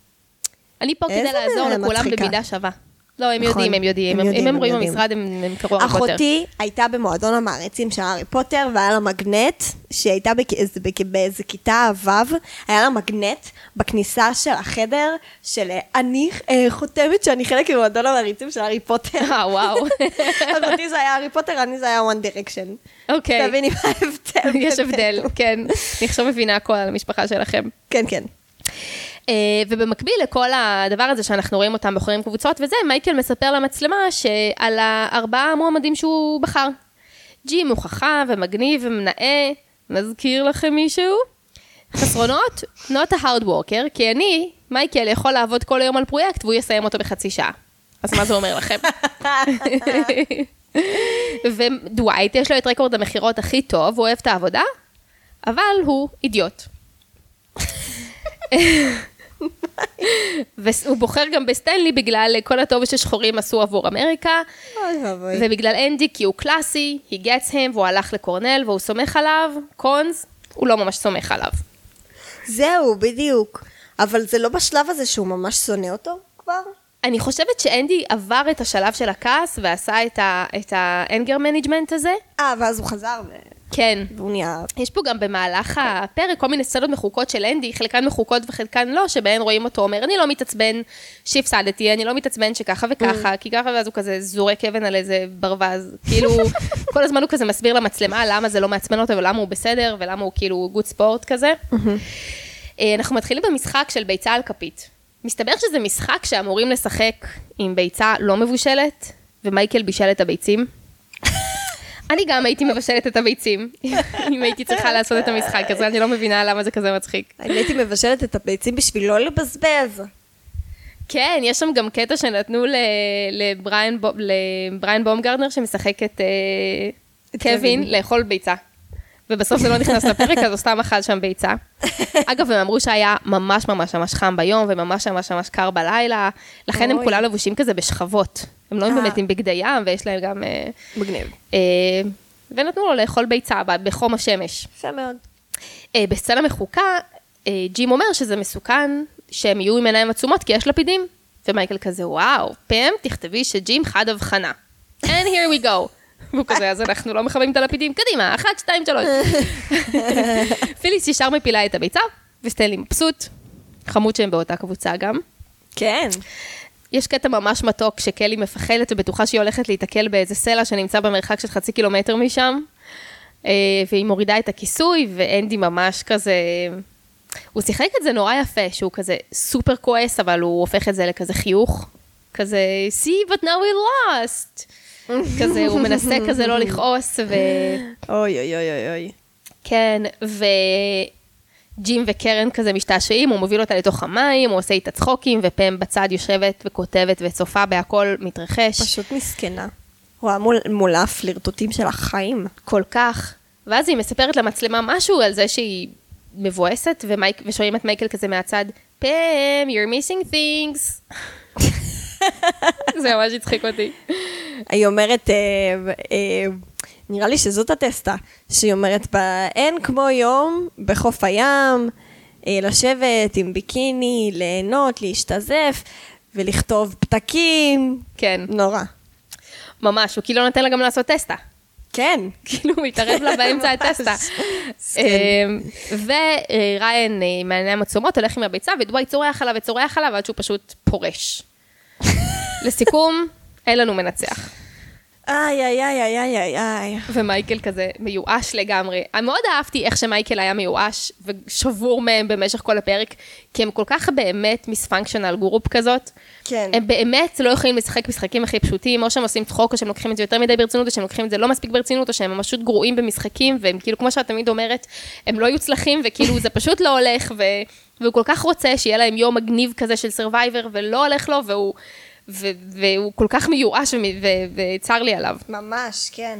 S1: אני פה כדי
S2: איזה
S1: לעזור לכולם
S2: מצחיקה.
S1: במידה שווה. לא, הם
S2: נכון,
S1: יודעים, הם יודעים.
S2: הם
S1: אם
S2: יודעים,
S1: הם
S2: הם
S1: רואים
S2: יודעים.
S1: במשרד, הם הם קראו הארי פוטר.
S2: אחותי הייתה במועדון המעריצים של הארי פוטר, והיה לה מגנט, שהיא הייתה בכ- איזה- בכ- באיזה כיתה ו', היה לה מגנט בכניסה של החדר, של אה, אני אה, חותמת שאני חלק ממועדון המעריצים של הארי פוטר.
S1: אה, וואו.
S2: אז אותי זה היה הארי פוטר, אני זה היה one direction.
S1: אוקיי.
S2: תביני מה ההבדל.
S1: יש
S2: בינינו.
S1: הבדל, כן. אני עכשיו מבינה הכל על המשפחה שלכם.
S2: כן, כן.
S1: Uh, ובמקביל לכל הדבר הזה שאנחנו רואים אותם בוחרים קבוצות וזה, מייקל מספר למצלמה שעל הארבעה המועמדים שהוא בחר. ג'ים הוא חכם ומגניב ומנאה, מזכיר לכם מישהו? חסרונות, not a hard worker, כי אני, מייקל, יכול לעבוד כל היום על פרויקט והוא יסיים אותו בחצי שעה. אז מה זה אומר לכם? ודווייט, יש לו את רקורד המחירות הכי טוב, הוא אוהב את העבודה, אבל הוא אידיוט. והוא בוחר גם בסטנלי בגלל כל הטוב ששחורים עשו עבור אמריקה,
S2: אוי ואבוי.
S1: ובגלל אנדי כי הוא קלאסי, he gets him, והוא הלך לקורנל והוא סומך עליו, קונס, הוא לא ממש סומך עליו.
S2: זהו, בדיוק. אבל זה לא בשלב הזה שהוא ממש שונא אותו כבר?
S1: אני חושבת שאנדי עבר את השלב של הכעס ועשה את ה- את האנגר מניג'מנט הזה.
S2: אה, ואז הוא חזר ו... כן. והוא נהיה...
S1: יש פה גם במהלך הפרק כל מיני סצנות מחוקות של אנדי, חלקן מחוקות וחלקן לא, שבהן רואים אותו אומר, אני לא מתעצבן שהפסדתי, אני לא מתעצבן שככה וככה, כי ככה ואז הוא כזה זורק אבן על איזה ברווז. כאילו, כל הזמן הוא כזה מסביר למצלמה למה זה לא מעצבן אותו ולמה הוא בסדר, ולמה הוא כאילו גוד ספורט כזה. אנחנו מתחילים במשחק של ביצה על כפית. מסתבר שזה משחק שאמורים לשחק עם ביצה לא מבושלת, ומייקל בישל את הביצים. אני גם הייתי מבשלת את הביצים, אם הייתי צריכה לעשות את המשחק הזה, אני לא מבינה למה זה כזה מצחיק.
S2: אני הייתי מבשלת את הביצים בשביל לא לבזבז.
S1: כן, יש שם גם קטע שנתנו לבריין בומגרדנר, שמשחק את קווין, לאכול ביצה. ובסוף זה לא נכנס לפרק, אז הוא סתם אכל שם ביצה. אגב, הם אמרו שהיה ממש ממש ממש חם ביום, וממש ממש ממש קר בלילה, לכן הם כולם לבושים כזה בשכבות. הם לא באמת עם בגדי ים, ויש להם גם...
S2: מגניב.
S1: ונתנו לו לאכול ביצה בחום השמש.
S2: יפה מאוד.
S1: בסצנה מחוקה, ג'ים אומר שזה מסוכן, שהם יהיו עם עיניים עצומות, כי יש לפידים. ומייקל כזה, וואו, פם, תכתבי שג'ים חד הבחנה. And here we go. והוא כזה, אז אנחנו לא מכבים את הלפידים, קדימה, אחת, שתיים, שלוש. פיליס ישר מפילה את הביצה, וסטנלי מבסוט, חמוד שהם באותה קבוצה גם.
S2: כן.
S1: יש קטע ממש מתוק, שקלי מפחדת ובטוחה שהיא הולכת להתקל באיזה סלע, שנמצא במרחק של חצי קילומטר משם, והיא מורידה את הכיסוי, ואנדי ממש כזה, הוא שיחק את זה נורא יפה, שהוא כזה סופר כועס, אבל הוא הופך את זה לכזה חיוך, כזה, see, but now we lost. כזה, הוא מנסה כזה לא לכעוס, ו...
S2: אוי, אוי, אוי, אוי.
S1: כן, וג'ים וקרן כזה משתעשעים, הוא מוביל אותה לתוך המים, הוא עושה איתה צחוקים, ופם בצד יושבת וכותבת וצופה בהכל מתרחש.
S2: פשוט מסכנה. הוא היה מול, מולה פלירטוטים של החיים.
S1: כל כך. ואז היא מספרת למצלמה משהו על זה שהיא מבואסת, ומייק, ושומעים את מייקל כזה מהצד, פם, you're missing things. זה ממש הצחיק אותי.
S2: היא אומרת, אה, אה, נראה לי שזאת הטסטה, שהיא אומרת, אין כמו יום בחוף הים, אה, לשבת עם ביקיני, ליהנות, להשתזף, ולכתוב פתקים.
S1: כן.
S2: נורא.
S1: ממש, הוא כאילו נותן לה גם לעשות טסטה.
S2: כן.
S1: כאילו הוא מתערב לה באמצע הטסטה. וריין מעיניים עצומות הולך עם הביצה, ודווי צורח עליו וצורח עליו, עד שהוא פשוט פורש. לסיכום, אין לנו מנצח.
S2: איי, איי, איי, איי, איי, איי.
S1: ומייקל כזה מיואש לגמרי. אני מאוד אהבתי איך שמייקל היה מיואש, ושבור מהם במשך כל הפרק, כי הם כל כך באמת מיספנקשנל גרופ כזאת.
S2: כן.
S1: הם באמת לא יכולים לשחק משחקים הכי פשוטים, או שהם עושים צחוק, או שהם לוקחים את זה יותר מדי ברצינות, או שהם לוקחים את זה לא מספיק ברצינות, או שהם ממש גרועים במשחקים, והם כאילו, כמו שאת תמיד אומרת, הם לא יוצלחים, וכאילו זה פשוט לא הולך, ו... והוא כל כך רוצה שיהיה להם יום מגניב כזה של סרווייבר, ולא הולך לו, והוא... ו- והוא כל כך מיואש וצר לי עליו.
S2: ממש, כן.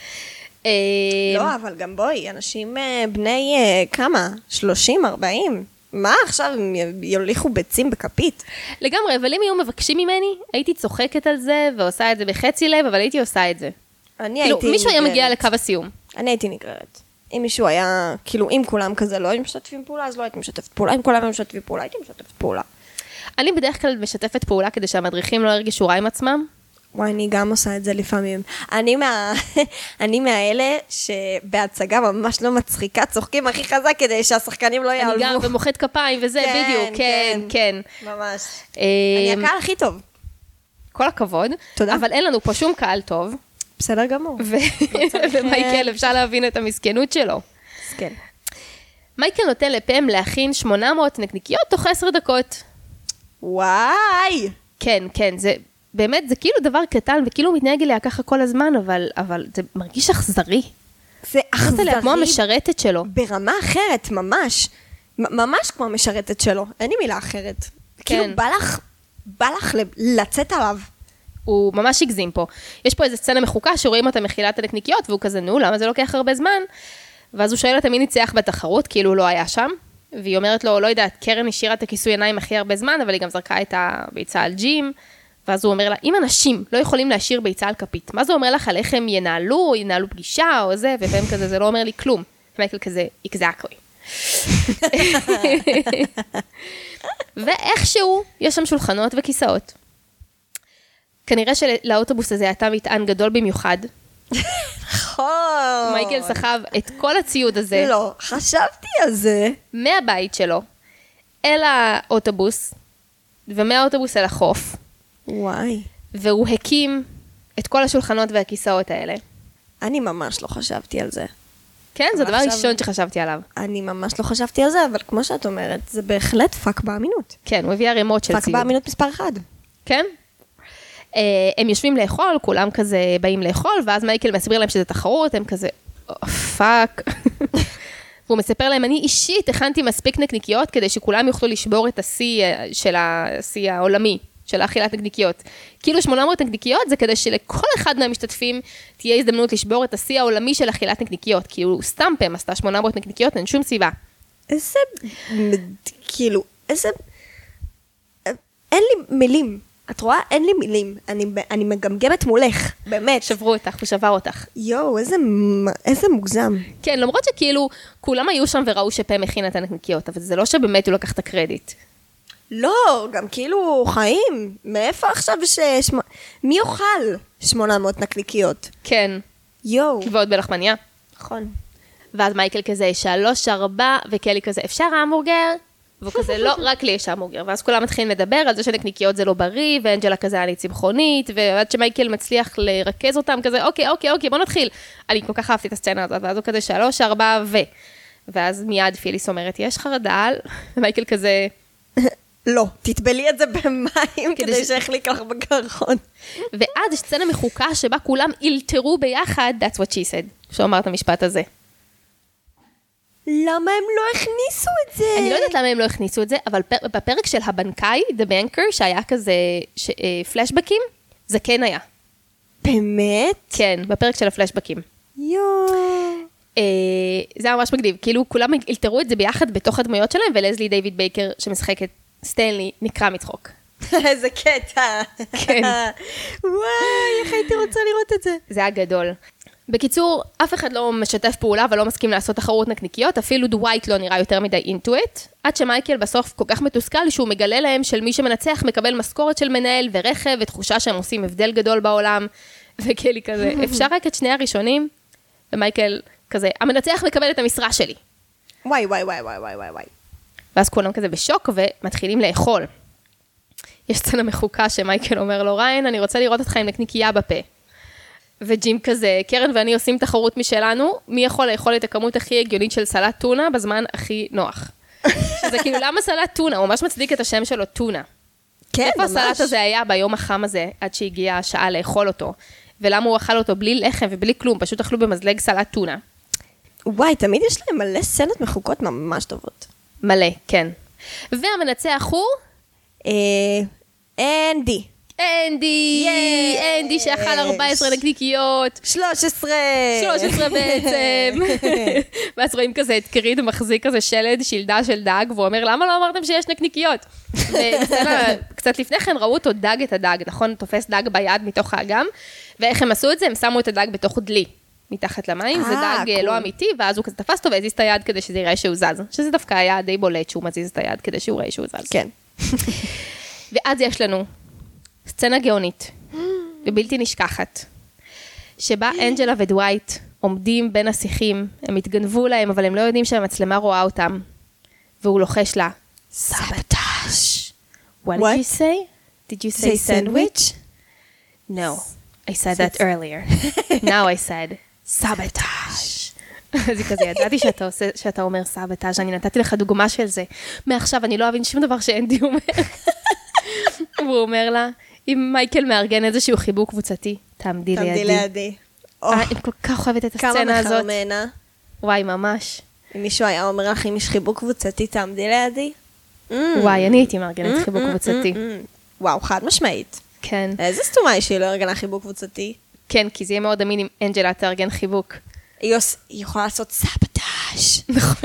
S2: לא, אבל גם בואי, אנשים בני כמה? שלושים, ארבעים? מה עכשיו הם יוליכו ביצים בכפית?
S1: לגמרי, אבל אם היו מבקשים ממני, הייתי צוחקת על זה ועושה את זה בחצי לב, אבל הייתי עושה את זה.
S2: אני הייתי נגררת.
S1: מישהו היה מגיע לקו הסיום.
S2: אני הייתי נגררת. אם מישהו היה, כאילו, אם כולם כזה לא היו משתפים פעולה, אז לא הייתי משתפת פעולה. אם כולם היו משתפים פעולה, הייתי משתפת פעולה.
S1: אני בדרך כלל משתפת פעולה כדי שהמדריכים לא ירגישו רע עם עצמם.
S2: וואי, אני גם עושה את זה לפעמים. אני מה... אני מהאלה שבהצגה ממש לא מצחיקה, צוחקים הכי חזק כדי שהשחקנים לא יעלבו.
S1: אני גם ומוחאת כפיים וזה, בדיוק, כן, כן.
S2: ממש. אני הקהל הכי טוב.
S1: כל הכבוד.
S2: תודה.
S1: אבל אין לנו פה שום קהל טוב.
S2: בסדר גמור.
S1: ומייקל, אפשר להבין את המסכנות שלו.
S2: כן.
S1: מייקל נותן לפם להכין שמונה מאות נקניקיות תוך עשר דקות.
S2: וואי!
S1: כן, כן, זה באמת, זה כאילו דבר קטן, וכאילו מתנהג אליה ככה כל הזמן, אבל, אבל זה מרגיש אכזרי.
S2: זה אכזרי.
S1: כמו המשרתת שלו.
S2: ברמה אחרת, ממש. ממש כמו המשרתת שלו. אין לי מילה אחרת. כן. כאילו בא לך, בא לך לצאת עליו.
S1: הוא ממש הגזים פה. יש פה איזו סצנה מחוקה שרואים אותה מחילת הנקניקיות, והוא כזה, נו, למה זה לוקח הרבה זמן? ואז הוא שואל אותה מי ניצח בתחרות, כאילו הוא לא היה שם. והיא אומרת לו, לא יודעת, קרן השאירה את הכיסוי עיניים הכי הרבה זמן, אבל היא גם זרקה את הביצה על ג'ים, ואז הוא אומר לה, אם אנשים לא יכולים להשאיר ביצה על כפית, מה זה אומר לך על איך הם ינהלו, ינהלו פגישה או זה, והם כזה, זה לא אומר לי כלום. מייקל כזה, exactly. ואיכשהו, יש שם שולחנות וכיסאות. כנראה שלאוטובוס הזה הייתה מטען גדול במיוחד,
S2: נכון.
S1: מייקל סחב את כל הציוד הזה.
S2: לא, חשבתי על זה.
S1: מהבית שלו, אל האוטובוס, ומהאוטובוס אל החוף.
S2: וואי.
S1: והוא הקים את כל השולחנות והכיסאות האלה.
S2: אני ממש לא חשבתי על זה.
S1: כן, זה הדבר
S2: עכשיו-
S1: הראשון שחשבתי עליו.
S2: אני ממש לא חשבתי על זה, אבל כמו שאת אומרת, זה בהחלט פאק באמינות.
S1: כן, הוא הביא ערימות של
S2: פאק
S1: ציוד.
S2: באמינות מספר אחד.
S1: כן? אה, הם יושבים לאכול, כולם כזה באים לאכול, ואז מייקל מסביר להם שזה תחרות, הם כזה, "Oh, פאק. והוא מספר להם, אני אישית הכנתי מספיק נקניקיות, כדי שכולם יוכלו לשבור את השיא אה, של השיא העולמי, של האכילת נקניקיות. כאילו שמונה מאות נקניקיות זה כדי שלכל אחד מהמשתתפים תהיה הזדמנות לשבור את השיא העולמי של אכילת נקניקיות, כאילו סטמפם עשתה שמונה מאות נקניקיות, אין שום סיבה.
S2: איזה, כאילו, איזה, אין לי מילים. את רואה? אין לי מילים. אני, אני מגמגמת מולך, באמת.
S1: שברו אותך, הוא שבר אותך.
S2: יואו, איזה, איזה מוגזם.
S1: כן, למרות שכאילו, כולם היו שם וראו שפם הכין את הנקניקיות, אבל זה לא שבאמת הוא לקח את הקרדיט.
S2: לא, גם כאילו חיים. מאיפה עכשיו ש... שמ... מי יאכל שמונה מאות נקניקיות?
S1: כן,
S2: יואו.
S1: ועוד בלחמניה.
S2: נכון.
S1: ואז מייקל כזה, שלוש, ארבע, וקלי כזה, אפשר המבורגר? והוא כזה, לא, רק לי יש המבורגר. ואז כולם מתחילים לדבר על זה שנקניקיות זה לא בריא, ואנג'לה כזה, אני צמחונית, ועד שמייקל מצליח לרכז אותם, כזה, אוקיי, אוקיי, אוקיי, בוא נתחיל. אני כל כך אהבתי את הסצנה הזאת, ואז הוא כזה, שלוש, ארבע, ו... ואז מיד פיליס אומרת, יש חרדל, ומייקל כזה,
S2: לא, תטבלי את זה במים כדי
S1: ש-
S2: שיחליק לך בקרחון.
S1: ואז יש סצנה מחוקה שבה כולם אילתרו ביחד, that's what she said, שהוא אמר את המשפט הזה.
S2: למה הם לא הכניסו את זה?
S1: אני לא יודעת למה הם לא הכניסו את זה, אבל פר, בפרק של הבנקאי, The Banker, שהיה כזה ש, אה, פלשבקים, זה כן היה.
S2: באמת?
S1: כן, בפרק של הפלשבקים.
S2: יואו.
S1: אה, זה היה ממש מגניב, כאילו כולם אילתרו את זה ביחד בתוך הדמויות שלהם, ולזלי דיוויד בייקר שמשחקת סטנלי נקרא מצחוק.
S2: איזה קטע.
S1: כן.
S2: וואי, איך הייתי רוצה לראות את זה.
S1: זה היה גדול. בקיצור, אף אחד לא משתף פעולה ולא מסכים לעשות תחרות נקניקיות, אפילו דווייט לא נראה יותר מדי אינטואט, עד שמייקל בסוף כל כך מתוסכל שהוא מגלה להם של מי שמנצח מקבל משכורת של מנהל ורכב ותחושה שהם עושים הבדל גדול בעולם, וקלי כזה, אפשר רק את שני הראשונים? ומייקל כזה, המנצח מקבל את המשרה שלי.
S2: וואי, וואי, וואי, וואי, וואי, וואי.
S1: ואז כולם כזה בשוק ומתחילים לאכול. יש סצנה מחוקה שמייקל אומר לו, ריין, אני רוצה לראות אותך עם נקניקייה בפה. וג'ים כזה, קרן ואני עושים תחרות משלנו, מי יכול לאכול את הכמות הכי הגיונית של סלט טונה בזמן הכי נוח. שזה כאילו, למה סלט טונה? הוא ממש מצדיק את השם שלו, טונה.
S2: כן,
S1: איפה
S2: ממש.
S1: הסלט הזה היה ביום החם הזה, עד שהגיעה השעה לאכול אותו? ולמה הוא אכל אותו בלי לחם ובלי כלום, פשוט אכלו במזלג סלט טונה.
S2: וואי, תמיד יש להם מלא סצנות מחוקות ממש טובות.
S1: מלא, כן. והמנצח הוא
S2: אה, אנדי.
S1: אנדי,
S2: יש.
S1: אנדי שאכל ארבע עשרה נקניקיות.
S2: שלוש עשרה.
S1: שלוש עשרה בעצם. ואז רואים כזה את קריד מחזיק כזה שלד, שלדה של דג, והוא אומר, למה לא אמרתם שיש נקניקיות? ובסצנה, קצת לפני כן ראו אותו דג את הדג, נכון? תופס דג ביד מתוך האגם, ואיך הם עשו את זה? הם שמו את הדג בתוך דלי, מתחת למים, זה
S2: אה,
S1: דג
S2: קול.
S1: לא אמיתי, ואז הוא כזה תפס אותו והזיז את היד כדי שזה יראה שהוא זז, שזה דווקא היה די בולט שהוא מזיז את היד כדי שהוא יראה שהוא זז.
S2: כן.
S1: ואז יש לנו סצנה גאונית, ובלתי נשכחת, שבה אנג'לה ודווייט עומדים בין השיחים, הם התגנבו להם, אבל הם לא יודעים שהמצלמה רואה אותם, והוא לוחש לה, סבוטאז'. What did
S2: What?
S1: you say? Did you say sandwich? No, I said that earlier. Now I said, סבוטאז'. אז היא כזה, ידעתי שאתה עושה, שאתה אומר סבוטאז', אני נתתי לך דוגמה של זה. מעכשיו אני לא אבין שום דבר שאנדי אומר. והוא אומר לה, אם מייקל מארגן איזשהו חיבוק קבוצתי, תעמדי לידי.
S2: תעמדי לידי.
S1: אה, אני כל כך אוהבת את
S2: כמה
S1: הסצנה הזאת.
S2: מחרמנה.
S1: וואי, ממש.
S2: אם מישהו היה אומר לך, אם יש חיבוק קבוצתי, תעמדי לידי.
S1: וואי, אני הייתי מארגנת חיבוק קבוצתי.
S2: וואו, חד משמעית.
S1: כן.
S2: איזה סתומה היא שהיא לא ארגנה חיבוק קבוצתי?
S1: כן, כי זה יהיה מאוד אמין אם אנג'לה תארגן חיבוק.
S2: היא עוש- היא יכולה לעשות סבוטאז'.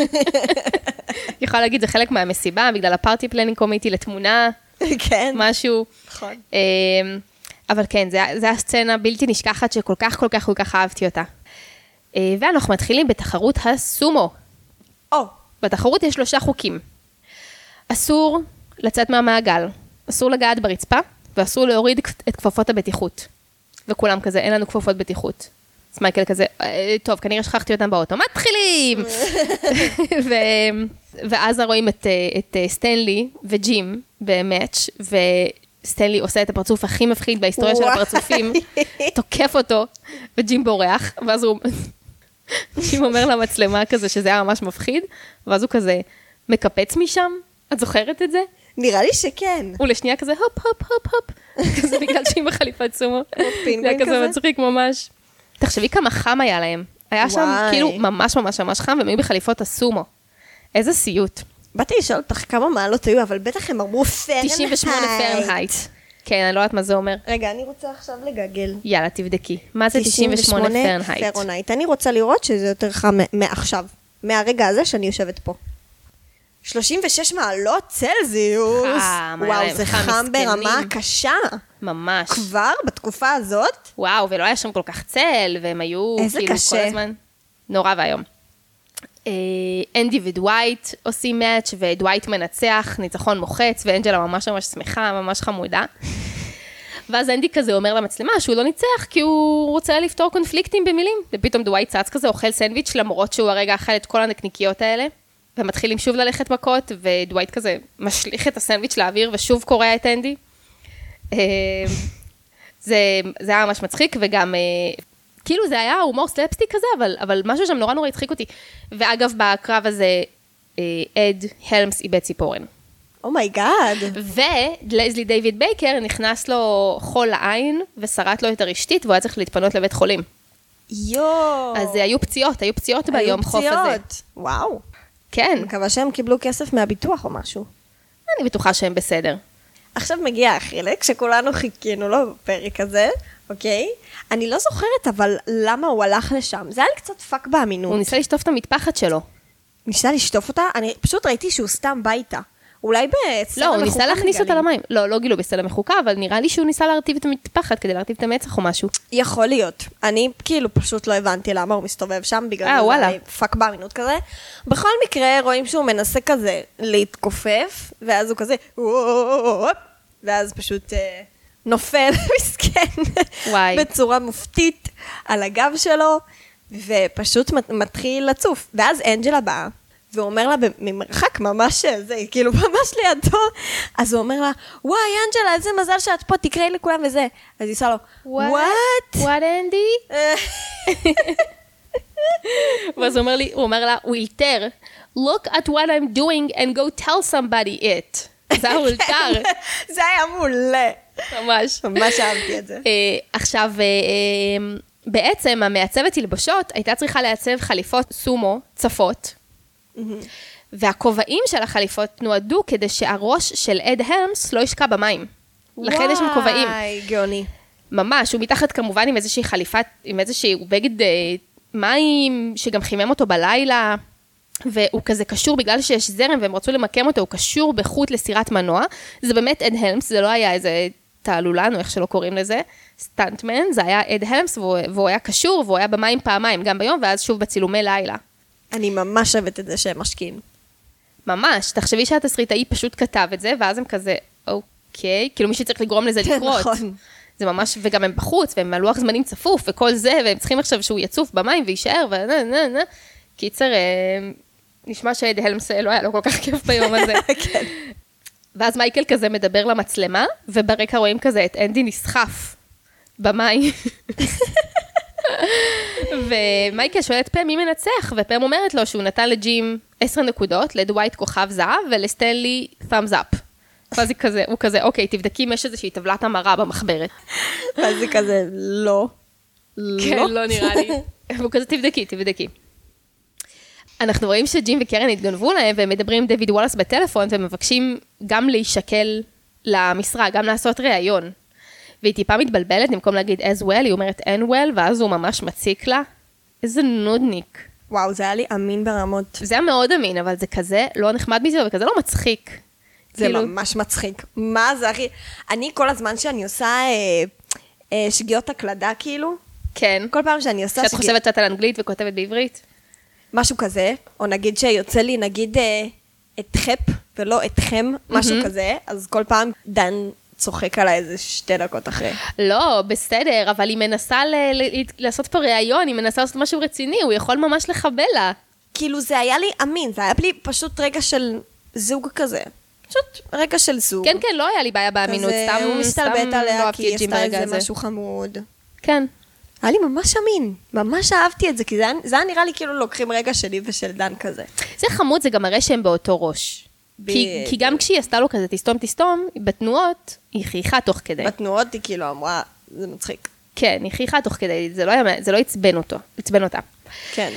S1: היא יכולה להגיד, זה חלק מהמסיבה, בגלל הפארטי פלנינג קומיטי לתמונה,
S2: כן.
S1: משהו.
S2: נכון.
S1: אמ, אבל כן, זה, זה הסצנה בלתי נשכחת שכל כך, כל כך, כל כך אהבתי אותה. אה, ואנחנו מתחילים בתחרות הסומו.
S2: או,
S1: בתחרות יש שלושה חוקים. אסור לצאת מהמעגל, אסור לגעת ברצפה, ואסור להוריד את כפפות הבטיחות. וכולם כזה, אין לנו כפפות בטיחות. אז מייקל כזה, טוב, כנראה שכחתי אותם באוטו, מתחילים! ואז רואים את סטנלי וג'ים במאץ', וסטנלי עושה את הפרצוף הכי מפחיד בהיסטוריה של הפרצופים, תוקף אותו, וג'ים בורח, ואז הוא... ג'ים אומר למצלמה כזה שזה היה ממש מפחיד, ואז הוא כזה מקפץ משם, את זוכרת את זה?
S2: נראה לי שכן.
S1: הוא לשנייה כזה, הופ, הופ, הופ, הופ, כזה בגלל שהיא בחליפת סומו. זה היה כזה מצחיק ממש. תחשבי כמה חם היה להם. היה שם כאילו ממש ממש ממש חם, והם היו בחליפות הסומו. איזה סיוט.
S2: באתי לשאול אותך כמה מעלות היו, אבל בטח הם אמרו פרנהייט.
S1: תשעים ושמונה פרנהייט. כן, אני לא יודעת מה זה אומר.
S2: רגע, אני רוצה עכשיו לגגל.
S1: יאללה, תבדקי. מה זה תשעים ושמונה פרנהייט?
S2: אני רוצה לראות שזה יותר חם מעכשיו. מהרגע הזה שאני יושבת פה. שלושים ושש מעלות צלזיוס.
S1: חם,
S2: וואו, זה חם ברמה קשה.
S1: ממש.
S2: כבר בתקופה הזאת.
S1: וואו, ולא היה שם כל כך צל, והם היו כאילו כל הזמן. נורא והיום. אנדי ודווייט עושים מאץ' ודווייט מנצח, ניצחון מוחץ, ואנג'לה ממש ממש שמחה, ממש חמודה. ואז אנדי כזה אומר למצלמה שהוא לא ניצח, כי הוא רוצה לפתור קונפליקטים במילים. ופתאום דווייט צץ כזה אוכל סנדוויץ', למרות שהוא הרגע אכל את כל הנקניקיות האלה. ומתחילים שוב ללכת מכות, ודווייט כזה משליך את הסנדוויץ' לאוויר, ושוב קורע את אנדי. זה, זה היה ממש מצחיק, וגם, כאילו זה היה הומור סלפסטיק כזה, אבל, אבל משהו שם נורא נורא הצחיק אותי. ואגב, בקרב הזה, אד הלמס איבד ציפורן.
S2: אומייגאד.
S1: ולזלי דיוויד בייקר נכנס לו חול לעין, ושרט לו את הרשתית, והוא היה צריך להתפנות לבית חולים.
S2: יואו.
S1: אז היו פציעות, היו פציעות ביום חוף הזה.
S2: היו פציעות, וואו.
S1: כן.
S2: מקווה שהם קיבלו כסף מהביטוח או משהו.
S1: אני בטוחה שהם בסדר.
S2: עכשיו מגיע החלק שכולנו חיכינו לו בפרק הזה, אוקיי? אני לא זוכרת, אבל למה הוא הלך לשם? זה היה לי קצת פאק באמינות.
S1: הוא ניסה לשטוף את המטפחת שלו.
S2: ניסה לשטוף אותה? אני פשוט ראיתי שהוא סתם ביתה. אולי בסלע
S1: מחוקה. לא, הוא ניסה להכניס אותה למים. לא, לא גילו בסלע מחוקה, אבל נראה לי שהוא ניסה להרטיב את המטפחת כדי להרטיב את המצח או משהו.
S2: יכול להיות. אני כאילו פשוט לא הבנתי למה הוא מסתובב שם, בגלל זה זה פאק באמינות כזה. בכל מקרה, רואים שהוא מנסה כזה להתכופף, ואז הוא כזה, ואז פשוט נופל, מסכן, בצורה מופתית על הגב שלו, ופשוט מתחיל לצוף. ואז אנג'לה באה, והוא אומר לה ממרחק ממש זה, כאילו ממש לידו, אז הוא אומר לה, וואי אנג'לה, איזה מזל שאת פה, תקראי לכולם וזה. אז היא עושה לו, what?
S1: what אנדי? ואז הוא אומר לי, הוא אומר לה, וילתר, look at what I'm doing and go tell somebody it. זה היה וילתר.
S2: זה היה מעולה.
S1: ממש.
S2: ממש אהבתי את זה.
S1: עכשיו, בעצם המעצבת תלבושות הייתה צריכה לעצב חליפות סומו צפות, והכובעים של החליפות נועדו כדי שהראש של אד הלמס לא ישקע במים. לכן יש שם כובעים.
S2: וואי, גאוני.
S1: ממש, הוא מתחת כמובן עם איזושהי חליפת, עם איזושהי בגד אה, מים, שגם חימם אותו בלילה, והוא כזה קשור, בגלל שיש זרם והם רצו למקם אותו, הוא קשור בחוט לסירת מנוע. זה באמת אד הלמס, זה לא היה איזה תעלולן, או איך שלא קוראים לזה, סטנטמן, זה היה אד הלמס, והוא, והוא היה קשור, והוא היה במים פעמיים, גם ביום, ואז שוב בצילומי לילה.
S2: אני ממש אוהבת את זה שהם משקיעים.
S1: ממש, תחשבי שהתסריטאי פשוט כתב את זה, ואז הם כזה, אוקיי, כאילו מי שצריך לגרום לזה לקרות.
S2: נכון.
S1: זה ממש, וגם הם בחוץ, והם על לוח זמנים צפוף, וכל זה, והם צריכים עכשיו שהוא יצוף במים, ויישאר, ונה, נה, נה. קיצר, נשמע שאד הלמס לא היה לו כל כך כיף ביום הזה.
S2: כן.
S1: ואז מייקל כזה מדבר למצלמה, וברקע רואים כזה את אנדי נסחף במים. ומייקל שואל את פם מי מנצח, ופם אומרת לו שהוא נתן לג'ים עשר נקודות, לדווייט כוכב זהב, ולסטנלי thumbs up. ואז היא כזה, הוא כזה, אוקיי, תבדקי אם יש איזושהי טבלת המרה במחברת.
S2: ואז היא כזה, לא.
S1: כן, לא נראה לי. והוא כזה, תבדקי, תבדקי. אנחנו רואים שג'ים וקרן התגנבו להם, והם מדברים עם דויד וולאס בטלפון, ומבקשים גם להישקל למשרה, גם לעשות ראיון. והיא טיפה מתבלבלת, במקום להגיד as well, היא אומרת אין well, ואז הוא ממש מציק לה. איזה נודניק.
S2: וואו, זה היה לי אמין ברמות.
S1: זה היה מאוד אמין, אבל זה כזה לא נחמד מזה, וכזה לא מצחיק.
S2: זה כאילו... ממש מצחיק. מה זה, אחי? אני כל הזמן שאני עושה אה, אה, שגיאות הקלדה, כאילו.
S1: כן.
S2: כל פעם שאני עושה
S1: שאת
S2: שגיאות...
S1: חושבת שאת על אנגלית וכותבת בעברית?
S2: משהו כזה, או נגיד שיוצא לי, נגיד, אה, את חפ, ולא אתכם, משהו mm-hmm. כזה, אז כל פעם דן צוחק עליי איזה שתי דקות אחרי.
S1: לא, בסדר, אבל היא מנסה לעשות פה ראיון, היא מנסה לעשות משהו רציני, הוא יכול ממש לחבל לה.
S2: כאילו זה היה לי אמין, זה היה לי פשוט רגע של זוג כזה. פשוט רגע של זוג.
S1: כן, כן, לא היה לי בעיה באמינות, סתם
S2: הוא מסתלבט עליה כי היא עשתה איזה משהו חמוד.
S1: כן.
S2: היה לי ממש אמין, ממש אהבתי את זה, כי זה היה, זה היה נראה לי כאילו לוקחים רגע שלי ושל דן כזה.
S1: זה חמוד, זה גם מראה שהם באותו ראש. כי, כי גם כשהיא עשתה לו כזה תסתום תסתום, בתנועות, היא חייכה תוך כדי.
S2: בתנועות היא כאילו אמרה, זה מצחיק.
S1: כן, היא חייכה תוך כדי, זה לא, זה לא עצבן אותו, עצבן אותה.
S2: כן.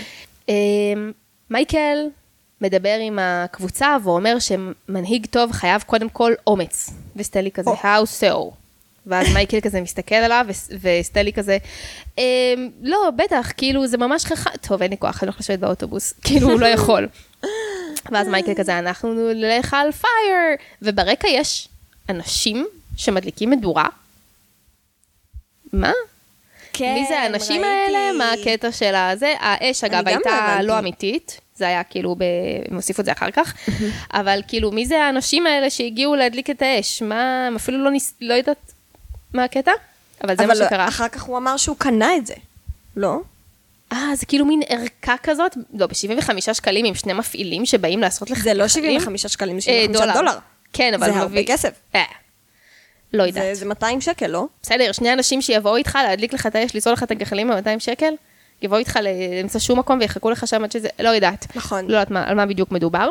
S1: מייקל מדבר עם הקבוצה, והוא אומר שמנהיג טוב חייב קודם כל אומץ. וסטלי כזה, how so? ואז מייקל כזה מסתכל עליו, וסטלי כזה, לא, בטח, כאילו זה ממש חכם, טוב, אין לי כוח, אני הולך לשבת באוטובוס, כאילו הוא לא יכול. ואז מייקל כזה, אנחנו נלך על פייר, וברקע יש אנשים שמדליקים מדורה. מה?
S2: כן,
S1: מי זה האנשים האלה? מה הקטע של הזה? האש, אגב, הייתה לא אמיתית, זה היה כאילו, הם הוסיפו את זה אחר כך, אבל כאילו, מי זה האנשים האלה שהגיעו להדליק את האש? מה, אפילו לא יודעת מה הקטע? אבל זה מה שקרה.
S2: אבל אחר כך הוא אמר שהוא קנה את זה, לא?
S1: אה, זה כאילו מין ערכה כזאת, לא, ב-שבעים וחמישה שקלים עם שני מפעילים שבאים לעשות לך...
S2: זה לא שבעים וחמישה שקלים, זה שבעים וחמישה דולר.
S1: כן, אבל...
S2: זה הרבה כסף.
S1: אה, לא יודעת.
S2: זה מאתיים שקל, לא?
S1: בסדר, שני אנשים שיבואו איתך, להדליק לך את האש, ליצור לך את הגחלים ב-מאתיים שקל, יבואו איתך למצוא שום מקום ויחכו לך שם עד שזה... לא יודעת.
S2: נכון.
S1: לא יודעת על מה בדיוק מדובר.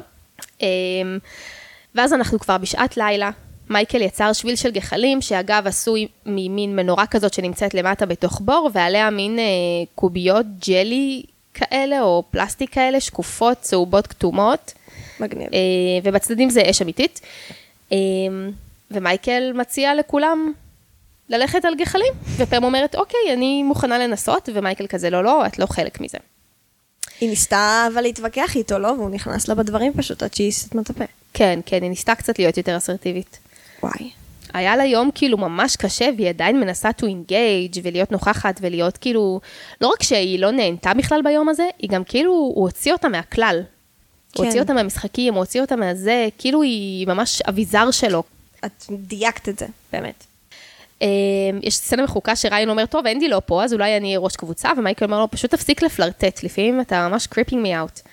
S1: ואז אנחנו כבר בשעת לילה, מייקל יצר שביל של גחלים, שאגב עשוי ממין מנורה כזאת שנמצאת למטה בתוך בור, ועליה מין אה, קוביות ג'לי כאלה, או פלסטיק כאלה, שקופות, צהובות, כתומות.
S2: מגניב.
S1: אה, ובצדדים זה אש אמיתית. אה, ומייקל מציע לכולם ללכת על גחלים, ופעם אומרת, אוקיי, אני מוכנה לנסות, ומייקל כזה, לא, לא, את לא חלק מזה.
S2: היא ניסתה אבל להתווכח איתו, לא? והוא נכנס לה בדברים פשוט, עד שהיא סתמה את הפה.
S1: כן, כן, היא ניסתה קצת להיות יותר אסרטיבית.
S2: וואי.
S1: היה לה יום כאילו ממש קשה, והיא עדיין מנסה to engage, ולהיות נוכחת, ולהיות כאילו, לא רק שהיא לא נהנתה בכלל ביום הזה, היא גם כאילו, הוא הוציא אותה מהכלל. כן. הוא הוציא אותה מהמשחקים, הוא הוציא אותה מהזה, כאילו היא ממש אביזר שלו.
S2: את דייקת את זה, באמת.
S1: יש סצנה מחוקה שריין אומר, טוב, אנדי לא פה, אז אולי אני אהיה ראש קבוצה, ומייקל אומר לו, פשוט תפסיק לפלרטט, לפעמים אתה ממש creeping me out.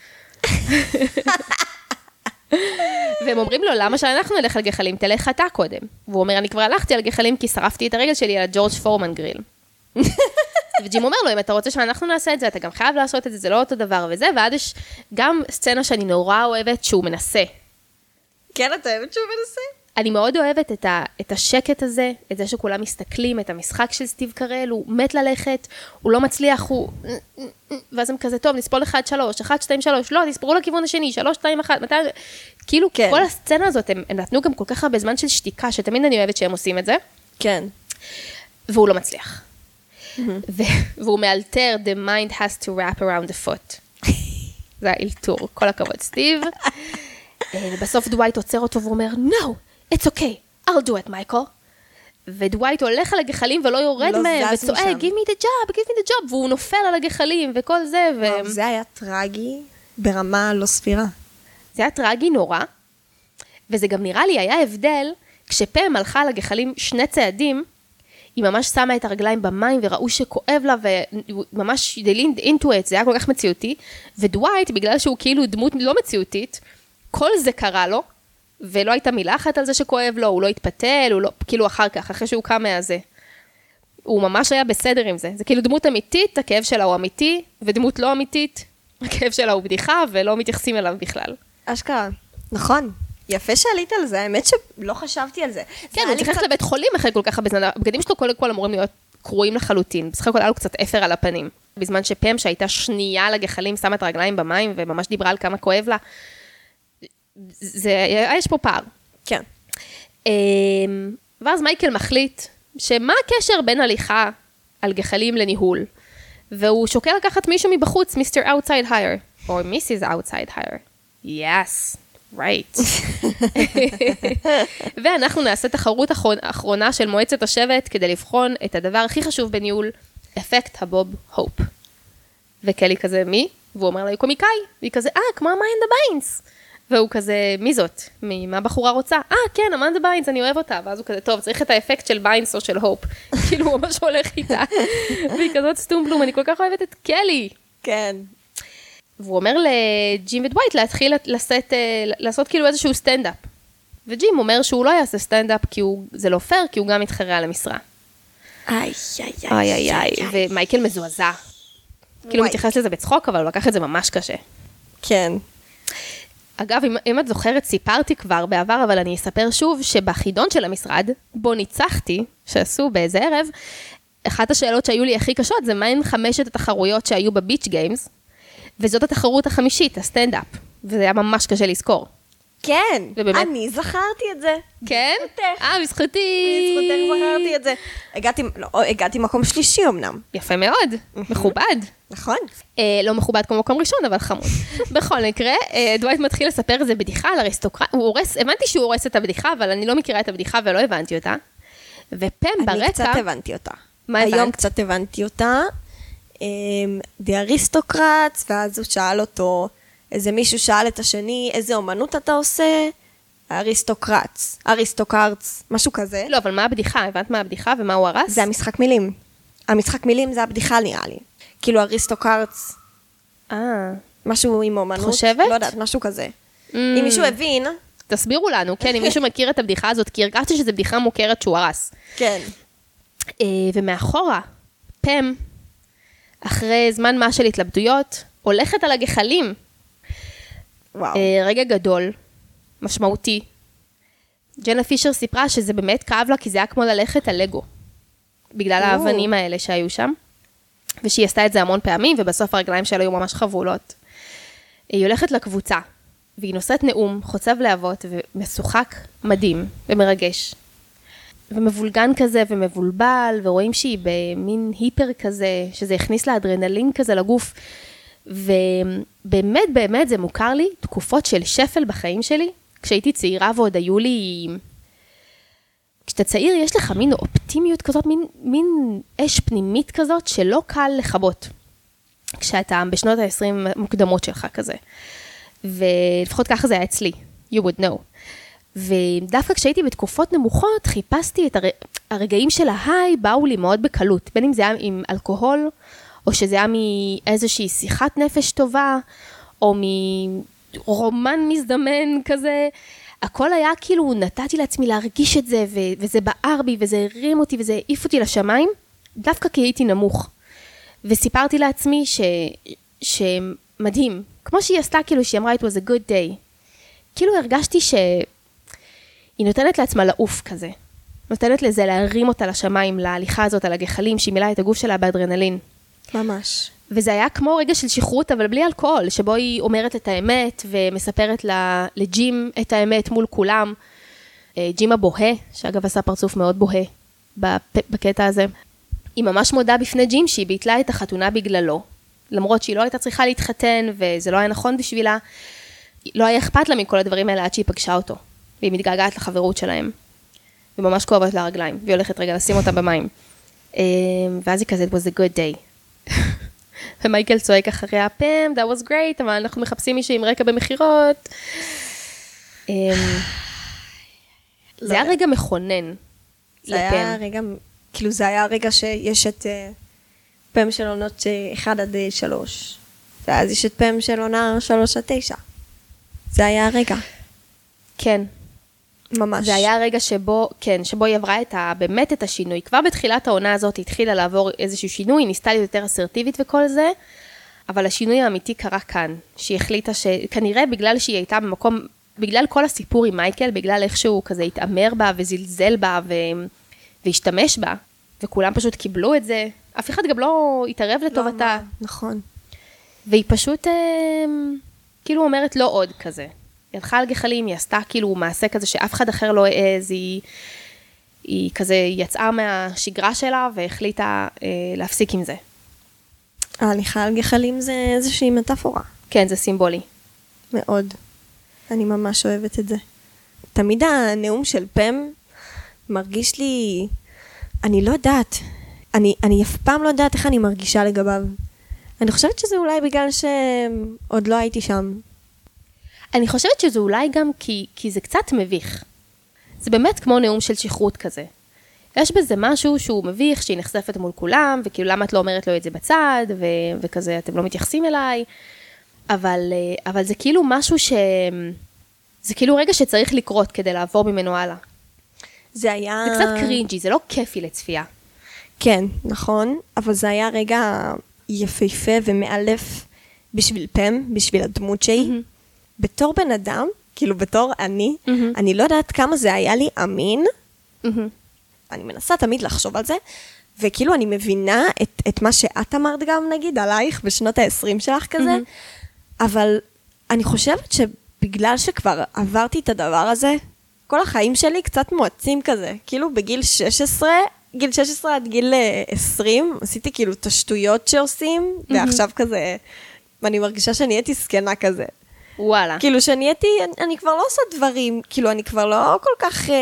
S1: והם אומרים לו, למה שאנחנו נלך על גחלים? תלך אתה קודם. והוא אומר, אני כבר הלכתי על גחלים, כי שרפתי את הרגל שלי על הג'ורג' פורמן גריל. וג'ים אומר לו, אם אתה רוצה שאנחנו נעשה את זה, אתה גם חייב לעשות את זה, זה לא אותו דבר וזה, ועד יש גם סצנה שאני נורא אוהבת, שהוא מנסה.
S2: כן, אתה אוהבת שהוא מנסה?
S1: אני מאוד אוהבת את, ה, את השקט הזה, את זה שכולם מסתכלים, את המשחק של סטיב קרל, הוא מת ללכת, הוא לא מצליח, הוא... ואז הם כזה, טוב, נספור לך עד שלוש, אחת, שתיים, שלוש, לא, תספרו לכיוון השני, שלוש, שתיים, אחת, מתי... כאילו, כן. כל הסצנה הזאת, הם, הם נתנו גם כל כך הרבה זמן של שתיקה, שתמיד אני אוהבת שהם עושים את זה.
S2: כן.
S1: והוא לא מצליח. Mm-hmm. ו- והוא מאלתר, the mind has to wrap around the foot. זה האלתור, כל הכבוד, סטיב. ובסוף דווייט עוצר אותו ואומר, no! It's okay, I'll do it, מייקל. ודווייט הולך על הגחלים ולא יורד
S2: לא
S1: מהם, וצועק, give me the job, give me the job, והוא נופל על הגחלים וכל זה. ו...
S2: וואו, זה היה טרגי ברמה לא סבירה.
S1: זה היה טרגי נורא, וזה גם נראה לי היה הבדל, כשפם הלכה על הגחלים שני צעדים, היא ממש שמה את הרגליים במים, וראו שכואב לה, וממש they leaned into it, זה היה כל כך מציאותי, ודווייט, בגלל שהוא כאילו דמות לא מציאותית, כל זה קרה לו, ולא הייתה מילה אחת על זה שכואב לו, הוא לא התפתל, הוא לא, כאילו אחר כך, אחרי שהוא קם מהזה. הוא ממש היה בסדר עם זה. זה כאילו דמות אמיתית, הכאב שלה הוא אמיתי, ודמות לא אמיתית, הכאב שלה הוא בדיחה, ולא מתייחסים אליו בכלל.
S2: אשכרה, נכון. יפה שעלית על זה, האמת שלא חשבתי על זה.
S1: כן, הוא צריך ללכת לבית חולים אחרי כל כך הרבה זמן. הבגדים שלו קודם כל אמורים להיות קרועים לחלוטין. בסך הכל היה לו קצת אפר על הפנים. בזמן שפם, שהייתה שנייה על הגחלים, שמה את הרגליים במים, וממש דיברה על כמה כואב לה. זה, יש פה פער.
S2: כן.
S1: ואז מייקל מחליט שמה הקשר בין הליכה על גחלים לניהול, והוא שוקל לקחת מישהו מבחוץ, מיסטר Outside Hire, או מיסיס Outside Hire. Yes, right. ואנחנו נעשה תחרות אחרונה של מועצת השבט, כדי לבחון את הדבר הכי חשוב בניהול, אפקט הבוב הופ. וקלי כזה, מי? והוא אומר לה, הוא קומיקאי. והיא כזה, אה, כמו המיינד הביינס. והוא כזה, מי זאת? מה הבחורה רוצה? אה, כן, אמנדה ביינס, אני אוהב אותה. ואז הוא כזה, טוב, צריך את האפקט של ביינס או של הופ. כאילו, הוא ממש הולך איתה. והיא כזאת סטומבלום, אני כל כך אוהבת את קלי.
S2: כן.
S1: והוא אומר לג'ים ודווייט להתחיל לשאת, לעשות כאילו איזשהו סטנדאפ. וג'ים אומר שהוא לא יעשה סטנדאפ, כי הוא, זה לא פייר, כי הוא גם מתחרה על המשרה.
S2: איי, איי,
S1: איי, איי, איי. ומייקל מזועזע. כאילו, הוא מתייחס לזה בצחוק, אבל הוא לקח את זה ממש קשה.
S2: כן.
S1: אגב, אם, אם את זוכרת, סיפרתי כבר בעבר, אבל אני אספר שוב, שבחידון של המשרד, בו ניצחתי, שעשו באיזה ערב, אחת השאלות שהיו לי הכי קשות, זה מהן חמשת התחרויות שהיו בביץ' גיימס, וזאת התחרות החמישית, הסטנדאפ, וזה היה ממש קשה לזכור.
S2: כן,
S1: ובאמת...
S2: אני זכרתי את זה.
S1: כן?
S2: בזכותך.
S1: אה, בזכותי.
S2: בזכותך זכרתי את זה. הגעתי, לא, הגעתי מקום שלישי אמנם.
S1: יפה מאוד, מכובד.
S2: נכון.
S1: אה, לא מכובד כמו מקום ראשון, אבל חמוד. בכל מקרה, אה, דווייט מתחיל לספר איזה בדיחה על אריסטוקרט, הוא הורס, הבנתי שהוא הורס את הבדיחה, אבל אני לא מכירה את הבדיחה ולא הבנתי אותה. ופם ברקע...
S2: אני קצת הבנתי אותה.
S1: מה הבנת?
S2: היום קצת הבנתי אותה. די אריסטוקרט, ואז הוא שאל אותו, איזה מישהו שאל את השני, איזה אומנות אתה עושה? אריסטוקרטס, אריסטוקרטס, משהו כזה.
S1: לא, אבל מה הבדיחה? הבנת מה הבדיחה ומה הוא הרס?
S2: זה המשחק מילים. המשחק מילים זה הבדיחה נראה לי. כאילו אריסטוקרטס,
S1: אה,
S2: משהו עם אומנות.
S1: חושבת?
S2: לא יודעת, משהו כזה. אם מישהו הבין...
S1: תסבירו לנו, כן, אם מישהו מכיר את הבדיחה הזאת, כי הרגשתי שזו בדיחה מוכרת שהוא הרס.
S2: כן.
S1: אה, ומאחורה, פם, אחרי זמן מה של התלבטויות, הולכת על הגחלים.
S2: וואו.
S1: אה, רגע גדול, משמעותי. ג'נה פישר סיפרה שזה באמת כאב לה, כי זה היה כמו ללכת על לגו. בגלל האבנים האלה שהיו שם. ושהיא עשתה את זה המון פעמים, ובסוף הרגליים שלה היו ממש חבולות. היא הולכת לקבוצה, והיא נושאת נאום, חוצב להבות, ומשוחק מדהים ומרגש. ומבולגן כזה, ומבולבל, ורואים שהיא במין היפר כזה, שזה הכניס לה אדרנלין כזה לגוף. ובאמת, באמת זה מוכר לי, תקופות של שפל בחיים שלי, כשהייתי צעירה ועוד היו לי... כשאתה צעיר יש לך מין אופטימיות כזאת, מין, מין אש פנימית כזאת, שלא קל לחבות. כשאתה בשנות ה-עשרים מוקדמות שלך כזה. ולפחות ככה זה היה אצלי, you would know. ודווקא כשהייתי בתקופות נמוכות, חיפשתי את הר... הרגעים של ההיי, באו לי מאוד בקלות, בין אם זה היה עם אלכוהול, או שזה היה מאיזושהי שיחת נפש טובה, או מרומן מזדמן כזה, הכל היה כאילו, נתתי לעצמי להרגיש את זה, ו- וזה בער בי, וזה הרים אותי, וזה העיף אותי לשמיים, דווקא כי הייתי נמוך. וסיפרתי לעצמי ש... שמדהים, כמו שהיא עשתה, כאילו שהיא אמרה, it was a good day. כאילו הרגשתי שהיא נותנת לעצמה לעוף כזה. נותנת לזה להרים אותה לשמיים, להליכה הזאת על הגחלים, שהיא מילאה את הגוף שלה באדרנלין.
S2: ממש.
S1: וזה היה כמו רגע של שחרות, אבל בלי אלכוהול, שבו היא אומרת את האמת, ומספרת לג'ים את האמת מול כולם. ג'ים הבוהה, שאגב עשה פרצוף מאוד בוהה בקטע הזה. היא ממש מודה בפני ג'ים שהיא ביטלה את החתונה בגללו. למרות שהיא לא הייתה צריכה להתחתן, וזה לא היה נכון בשבילה. לא היה אכפת לה מכל הדברים האלה עד שהיא פגשה אותו. והיא מתגעגעת לחברות שלהם. וממש כואבת לה רגליים, והיא הולכת רגע לשים אותה במים. ואז היא כזה, it was a good day. ומייקל צועק אחרי הפם, that was great, אבל אנחנו מחפשים מישהו עם רקע במחירות. זה היה רגע מכונן.
S2: זה היה רגע, כאילו זה היה רגע שיש את פם של עונות אחד עד שלוש. ואז יש את פם של עונה שלוש עד תשע. זה היה הרגע.
S1: כן.
S2: ממש.
S1: זה היה הרגע שבו, כן, שבו היא עברה את ה, באמת את השינוי. כבר בתחילת העונה הזאת היא התחילה לעבור איזשהו שינוי, היא ניסתה להיות יותר אסרטיבית וכל זה, אבל השינוי האמיתי קרה כאן, שהיא החליטה שכנראה בגלל שהיא הייתה במקום, בגלל כל הסיפור עם מייקל, בגלל איך שהוא כזה התאמר בה וזלזל בה ו... והשתמש בה, וכולם פשוט קיבלו את זה, אף אחד גם לא התערב לטובתה.
S2: לא, נכון.
S1: והיא פשוט, אה, כאילו אומרת לא עוד כזה. היא הלכה על גחלים, היא עשתה כאילו מעשה כזה שאף אחד אחר לא העז, היא, היא כזה יצאה מהשגרה שלה והחליטה אה, להפסיק עם זה.
S2: ההליכה על גחלים זה איזושהי מטאפורה.
S1: כן, זה סימבולי.
S2: מאוד. אני ממש אוהבת את זה. תמיד הנאום של פם מרגיש לי, אני לא יודעת, אני, אני אף פעם לא יודעת איך אני מרגישה לגביו. אני חושבת שזה אולי בגלל שעוד לא הייתי שם.
S1: אני חושבת שזה אולי גם כי, כי זה קצת מביך. זה באמת כמו נאום של שכרות כזה. יש בזה משהו שהוא מביך, שהיא נחשפת מול כולם, וכאילו למה את לא אומרת לו את זה בצד, ו- וכזה אתם לא מתייחסים אליי, אבל, אבל זה כאילו משהו ש... זה כאילו רגע שצריך לקרות כדי לעבור ממנו הלאה.
S2: זה היה...
S1: זה קצת קרינג'י, זה לא כיפי לצפייה.
S2: כן, נכון, אבל זה היה רגע יפהפה ומאלף בשביל פם, בשביל הדמות שהיא. Mm-hmm. בתור בן אדם, כאילו בתור אני, mm-hmm. אני לא יודעת כמה זה היה לי אמין, mm-hmm. אני מנסה תמיד לחשוב על זה, וכאילו אני מבינה את, את מה שאת אמרת גם, נגיד, עלייך בשנות ה-עשרים שלך כזה, mm-hmm. אבל אני חושבת שבגלל שכבר עברתי את הדבר הזה, כל החיים שלי קצת מועצים כזה, כאילו בגיל שש עשרה, גיל שש עשרה עד גיל עשרים, עשיתי כאילו את השטויות שעושים, mm-hmm. ועכשיו כזה, ואני מרגישה שאני הייתי סקנה כזה.
S1: וואלה.
S2: כאילו שאני הייתי, אני, אני כבר לא עושה דברים, כאילו אני כבר לא כל כך... אה,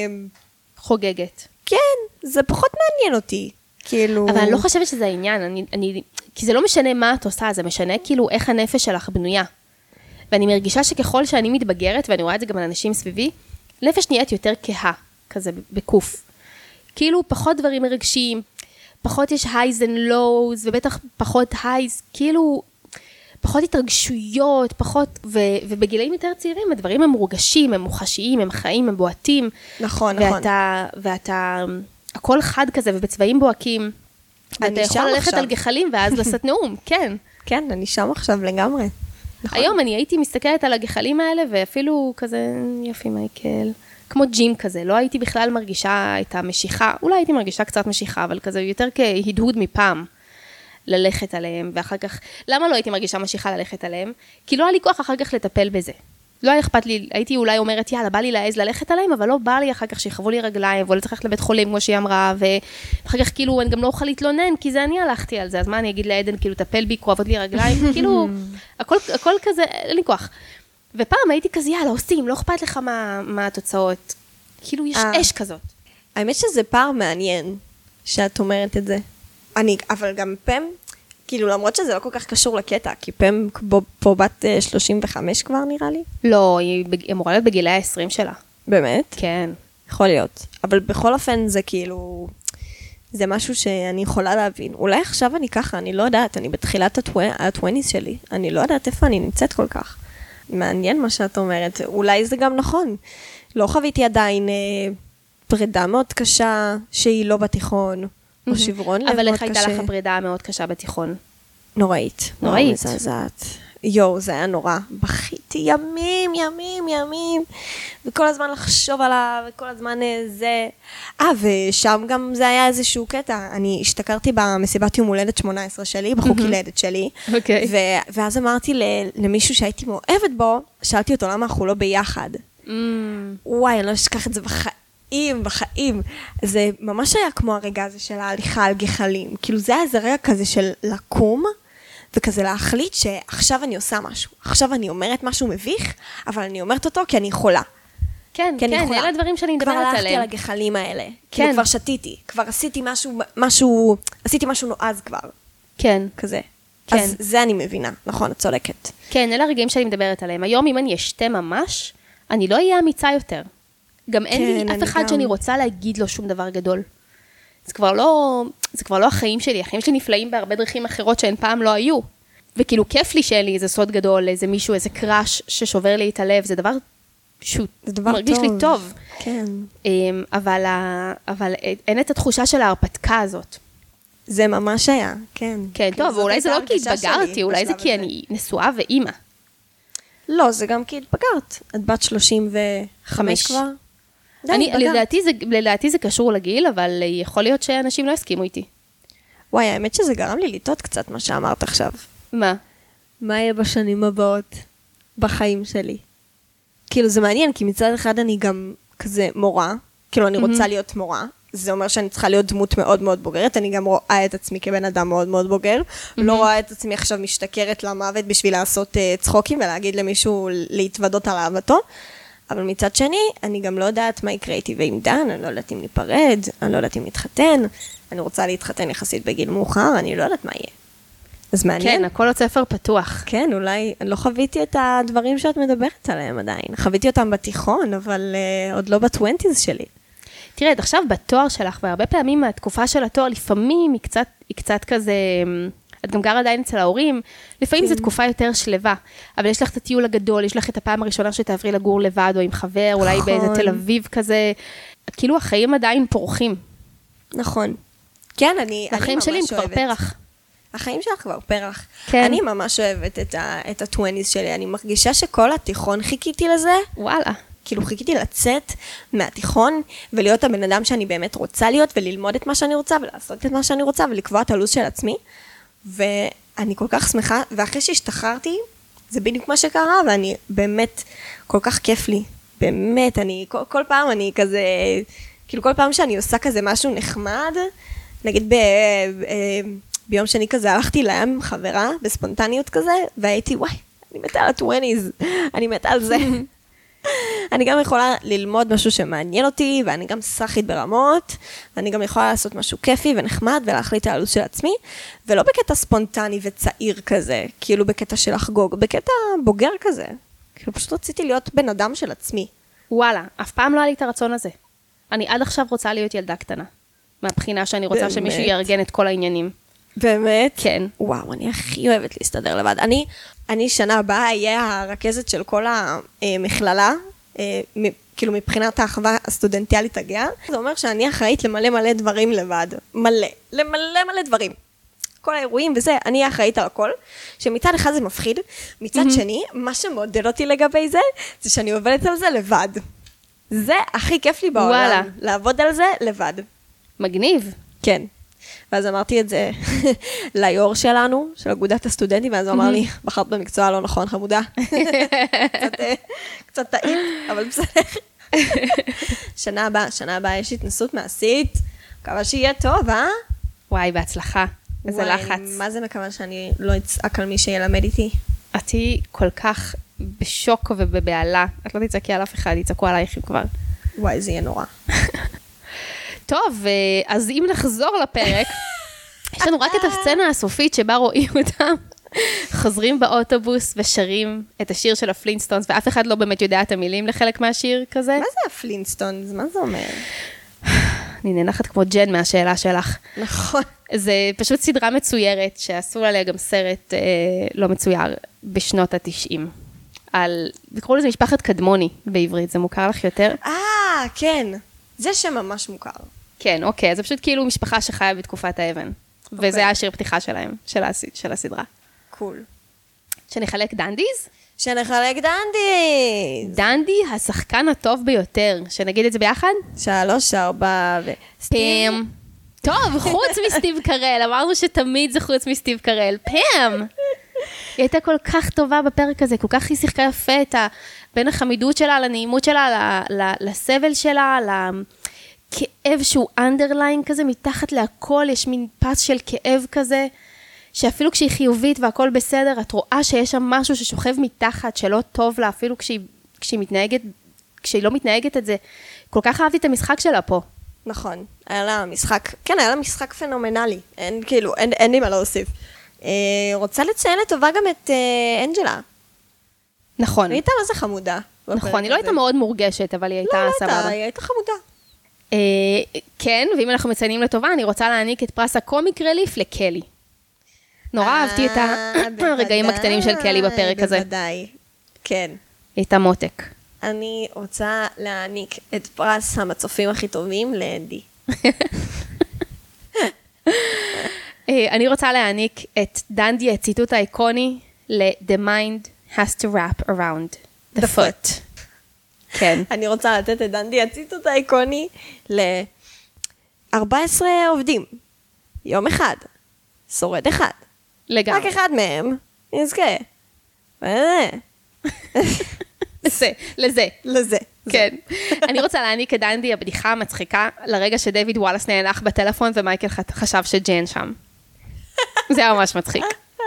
S1: חוגגת.
S2: כן, זה פחות מעניין אותי, כאילו...
S1: אבל אני לא חושבת שזה העניין, אני, אני, כי זה לא משנה מה את עושה, זה משנה כאילו איך הנפש שלך בנויה. ואני מרגישה שככל שאני מתבגרת, ואני רואה את זה גם על אנשים סביבי, נפש נהיית יותר כהה, כזה בקוף. כאילו פחות דברים מרגשיים, פחות יש highs and lows, ובטח פחות highs, כאילו פחות התרגשויות, פחות, ו, ובגילאים יותר צעירים, הדברים הם מורגשים, הם מוחשיים, הם חיים, הם בועטים.
S2: נכון,
S1: ואתה,
S2: נכון.
S1: ואתה, הכל חד כזה, ובצבעים בועקים. ואתה יכול ללכת עכשיו. על גחלים, ואז לשאת נאום, כן.
S2: כן, אני שם עכשיו לגמרי. נכון.
S1: היום אני הייתי מסתכלת על הגחלים האלה, ואפילו כזה, יפי מייקל, כמו ג'ים כזה, לא הייתי בכלל מרגישה את המשיכה, אולי הייתי מרגישה קצת משיכה, אבל כזה יותר כהדהוד מפעם, ללכת עליהם, ואחר כך, למה לא הייתי מרגישה משיכה ללכת עליהם? כי לא היה לי כוח אחר כך לטפל בזה. לא היה אכפת לי, הייתי אולי אומרת, יאללה, בא לי להעז ללכת עליהם, אבל לא בא לי אחר כך שיחבו לי רגליים, ואולי צריך ללכת לבית חולים, כמו שהיא אמרה, ואחר כך כאילו, אני גם לא אוכל להתלונן, כי זה אני הלכתי על זה, אז מה אני אגיד לעדן, כאילו, טפל בי, כואבות לי רגליים, כאילו, הכל, הכל כזה, אין לי כוח. ופעם הייתי כזה, יאללה, עושים, לא אכפת לך מה, מה התוצאות. כאילו, יש אש כזאת.
S2: האמת שזה פער מעניין, שאת אומרת את זה. אני, אבל גם פם, כאילו, למרות שזה לא כל כך קשור לקטע, כי פם פה בת שלושים וחמש כבר, נראה לי.
S1: לא, היא אמורה להיות בגילי ה-עשרים שלה. באמת? כן.
S2: יכול להיות. אבל בכל אופן זה כאילו, זה משהו שאני יכולה להבין. אולי עכשיו אני ככה, אני לא יודעת, אני בתחילת ה-עשרים שלי, אני לא יודעת איפה אני נמצאת כל כך. מעניין מה שאת אומרת. אולי זה גם נכון. לא חוויתי עדיין אה, פרידה מאוד קשה, שהיא לא בתיכון. או שברון לב מאוד קשה.
S1: אבל איך הייתה לך הפרידה המאוד קשה בתיכון?
S2: נוראית.
S1: נוראית.
S2: מזעזעת. יו, זה היה נורא. בכיתי ימים, ימים, ימים. וכל הזמן לחשוב עליו, וכל הזמן זה. אה, ושם גם זה היה איזשהו קטע. אני השתכרתי במסיבת יום הולדת שמונה עשרה שלי, בחוק הילדת שלי.
S1: אוקיי.
S2: ואז אמרתי למישהו שהייתי מאוהבת בו, שאלתי אותו למה אנחנו לא ביחד. וואי, אני לא אשכח את זה בחיים. בחיים, בחיים. זה ממש היה כמו הרגע הזה של ההליכה על גחלים. כאילו זה היה איזה רגע כזה של לקום, וכזה להחליט שעכשיו אני עושה משהו. עכשיו אני אומרת משהו מביך, אבל אני אומרת אותו כי אני יכולה.
S1: כן, כן, אלה הדברים שאני מדברת עליהם.
S2: כבר הלכתי על הגחלים האלה. כאילו כבר שתיתי, כבר עשיתי משהו, משהו, עשיתי משהו נועז כבר.
S1: כן.
S2: כזה. אז זה אני מבינה, נכון, את צודקת.
S1: כן, אלה הרגעים שאני מדברת עליהם. היום אם אני אשתה ממש, אני לא אהיה אמיצה יותר. גם אין לי אף אחד שאני רוצה להגיד לו שום דבר גדול. זה כבר לא, זה כבר לא החיים שלי. החיים שלי נפלאים בהרבה דרכים אחרות שהן פעם לא היו. וכאילו כיף לי שאין לי איזה סוד גדול, איזה מישהו, איזה קראש ששובר לי את הלב. זה דבר שהוא מרגיש לי טוב.
S2: כן.
S1: אבל, אבל אין את התחושה של ההרפתקה הזאת.
S2: זה ממש היה, כן.
S1: כן, טוב, ואולי זה לא כי התבגרתי, אולי זה כי אני נשואה ואימא.
S2: לא, זה גם כי התבגרת. את בת שלושים וחמש כבר.
S1: אני, לדעתי זה, לדעתי זה קשור לגיל, אבל יכול להיות שאנשים לא הסכימו איתי.
S2: וואי, האמת שזה גרם לי לטעות קצת מה שאמרת עכשיו.
S1: מה?
S2: מה יהיה בשנים הבאות בחיים שלי? כאילו זה מעניין, כי מצד אחד אני גם כזה מורה, כאילו אני רוצה להיות מורה, זה אומר שאני צריכה להיות דמות מאוד מאוד בוגרת, אני גם רואה את עצמי כבן אדם מאוד מאוד בוגר, לא רואה את עצמי עכשיו משתכרת למוות בשביל לעשות צחוקים ולהגיד למישהו להתוודות על אהבתו, אבל מצד שני, אני גם לא יודעת מה יקרה איתי ועם דן, אני לא יודעת אם ניפרד, אני לא יודעת אם נתחתן, אני רוצה להתחתן יחסית בגיל מאוחר, אני לא יודעת מה יהיה. אז מעניין.
S1: כן, הכל עוד ספר פתוח.
S2: כן, אולי, אני לא חוויתי את הדברים שאת מדברת עליהם עדיין. חוויתי אותם בתיכון, אבל uh, עוד לא בטוונטיז שלי.
S1: תראה, את עכשיו בתואר שלך, והרבה פעמים התקופה של התואר, לפעמים היא קצת, היא קצת כזה, את גם גר עדיין אצל ההורים, לפעמים זו תקופה יותר שלווה, אבל יש לך את הטיול הגדול, יש לך את הפעם הראשונה שתעברי לגור לבד, או עם חבר, אולי באיזה תל אביב כזה, כאילו החיים עדיין פורחים.
S2: נכון. כן, אני, אני
S1: החיים שלי הם כבר
S2: אוהבת.
S1: פרח.
S2: החיים שלך כבר פרח.
S1: כן.
S2: אני ממש אוהבת את ה- את הטווניז שלי, אני מרגישה שכל התיכון חיכיתי לזה.
S1: וואלה. כאילו
S2: חיכיתי לצאת מהתיכון, ולהיות הבן אדם שאני באמת רוצה להיות, וללמוד את מה שאני רוצה, ולעשות את מה שאני רוצה, ולקבוע את הלו"ז של עצמי. ואני כל כך שמחה, ואחרי שהשתחררתי, זה בדיוק מה שקרה, ואני באמת, כל כך כיף לי. באמת, אני, כל, כל פעם אני כזה, כאילו כל פעם שאני עושה כזה משהו נחמד, נגיד ב... ביום שני כזה הלכתי לים עם חברה, בספונטניות כזה, והייתי, וואי, אני מתה על הטווניז, אני מתה על זה. אני גם יכולה ללמוד משהו שמעניין אותי, ואני גם סחית ברמות, ואני גם יכולה לעשות משהו כיפי ונחמד, ולהחליט על הלו"ז של עצמי, ולא בקטע ספונטני וצעיר כזה, כאילו בקטע של לחגוג, בקטע בוגר כזה. כאילו פשוט רציתי להיות בן אדם של עצמי.
S1: וואלה, אף פעם לא היה לי את הרצון הזה. אני עד עכשיו רוצה להיות ילדה קטנה. מהבחינה שאני רוצה באמת? שמישהו יארגן את כל העניינים.
S2: באמת?
S1: כן.
S2: וואו, אני הכי אוהבת להסתדר לבד. אני, אני שנה הבאה אהיה הרכזת של כל המכללה, כאילו מבחינת האחווה הסטודנטיאלית הגאה. זה אומר שאני אחראית למלא מלא דברים לבד. מלא. למלא מלא דברים. כל האירועים וזה, אני אהיה אחראית על הכל. שמצד אחד זה מפחיד. מצד שני, מה שמעודד אותי לגבי זה, זה שאני עובדת על זה לבד. זה הכי כיף לי בעולם.
S1: וואלה.
S2: לעבוד על זה לבד.
S1: מגניב.
S2: כן. ואז אמרתי את זה ליו"ר שלנו, של אגודת הסטודנטים, ואז הוא אמר לי, בחרת במקצוע לא נכון, חמודה. קצת טעים, אבל בסדר. שנה הבאה, שנה הבאה יש התנסות מעשית, מקווה שיהיה טוב, אה?
S1: וואי, בהצלחה. איזה לחץ.
S2: מה זה מקווה שאני לא אצעק על מי שילמד איתי?
S1: אותי כל כך בשוק ובבעלה. את לא תצעקי על אף אחד, יצעקו עלייך כבר.
S2: וואי, זה יהיה נורא.
S1: טוב, אז אם נחזור לפרק, יש לנו רק את הסצנה הסופית שבה רואים אותם, חוזרים באוטובוס ושרים את השיר של הפלינסטונס, ואף אחד לא באמת יודע את המילים לחלק מהשיר כזה.
S2: מה זה הפלינסטונס? מה זה אומר?
S1: אני ננחת כמו ג'ן מהשאלה שלך.
S2: נכון.
S1: זה פשוט סדרה מצוירת, שעשו עליה גם סרט אה, לא מצויר בשנות ה-תשעים. על, קראו לזה משפחת קדמוני בעברית, זה מוכר לך יותר?
S2: אה, כן. זה שם ממש מוכר.
S1: כן, אוקיי, זה פשוט כאילו משפחה שחיה בתקופת האבן. אוקיי. וזה היה השיר פתיחה שלהם, של, הס... של הסדרה.
S2: קול.
S1: שנחלק דנדיז?
S2: שנחלק דנדיז!
S1: דנדי, השחקן הטוב ביותר. שנגיד את זה ביחד?
S2: שלוש, ארבע ו...
S1: פם. טוב, חוץ מסטיב קרל. אמרנו שתמיד זה חוץ מסטיב קרל. פם! היא הייתה כל כך טובה בפרק הזה, כל כך היא שיחקה יפה את ה... בין החמידות שלה, לנעימות שלה, ל... ל... לסבל שלה, לכאב שהוא אנדרליין כזה, מתחת להכל יש מין פס של כאב כזה, שאפילו כשהיא חיובית והכל בסדר, את רואה שיש שם משהו ששוכב מתחת, שלא טוב לה, אפילו כשהיא, כשהיא מתנהגת, כשהיא לא מתנהגת את זה. כל כך אהבתי את המשחק שלה פה.
S2: נכון, היה לה משחק, כן, היה לה משחק פנומנלי, אין כאילו, אין, אין לי מה להוסיף. אה, רוצה לציין לטובה גם את אה, אנג'לה.
S1: נכון.
S2: היא הייתה מה זה חמודה.
S1: נכון, היא לא הייתה מאוד מורגשת, אבל היא הייתה סבבה.
S2: לא, היא הייתה חמודה.
S1: אה, כן, ואם אנחנו מציינים לטובה, אני רוצה להעניק את פרס הקומיק רליף לקלי. נורא אהבתי את הרגעים הקטנים של קלי בפרק הזה.
S2: בוודאי, כן.
S1: הייתה מותק.
S2: אני רוצה להעניק את פרס המצופים הכי טובים לאנדי.
S1: אני רוצה להעניק את דנדי, הציטוט האיקוני, ל-The mind has to wrap around the foot. כן.
S2: אני רוצה לתת את דנדי, הציטוט האיקוני, ל-ארבעה עשר עובדים. יום אחד. שורד אחד.
S1: לגמרי.
S2: רק אחד מהם יזכה. וזה.
S1: לזה, לזה.
S2: לזה.
S1: כן. אני רוצה להעניק את דנדי הבדיחה המצחיקה, לרגע שדייוויד וואלאס נאנח בטלפון, ומייקל חשב שג'ן שם. זה היה ממש מצחיק.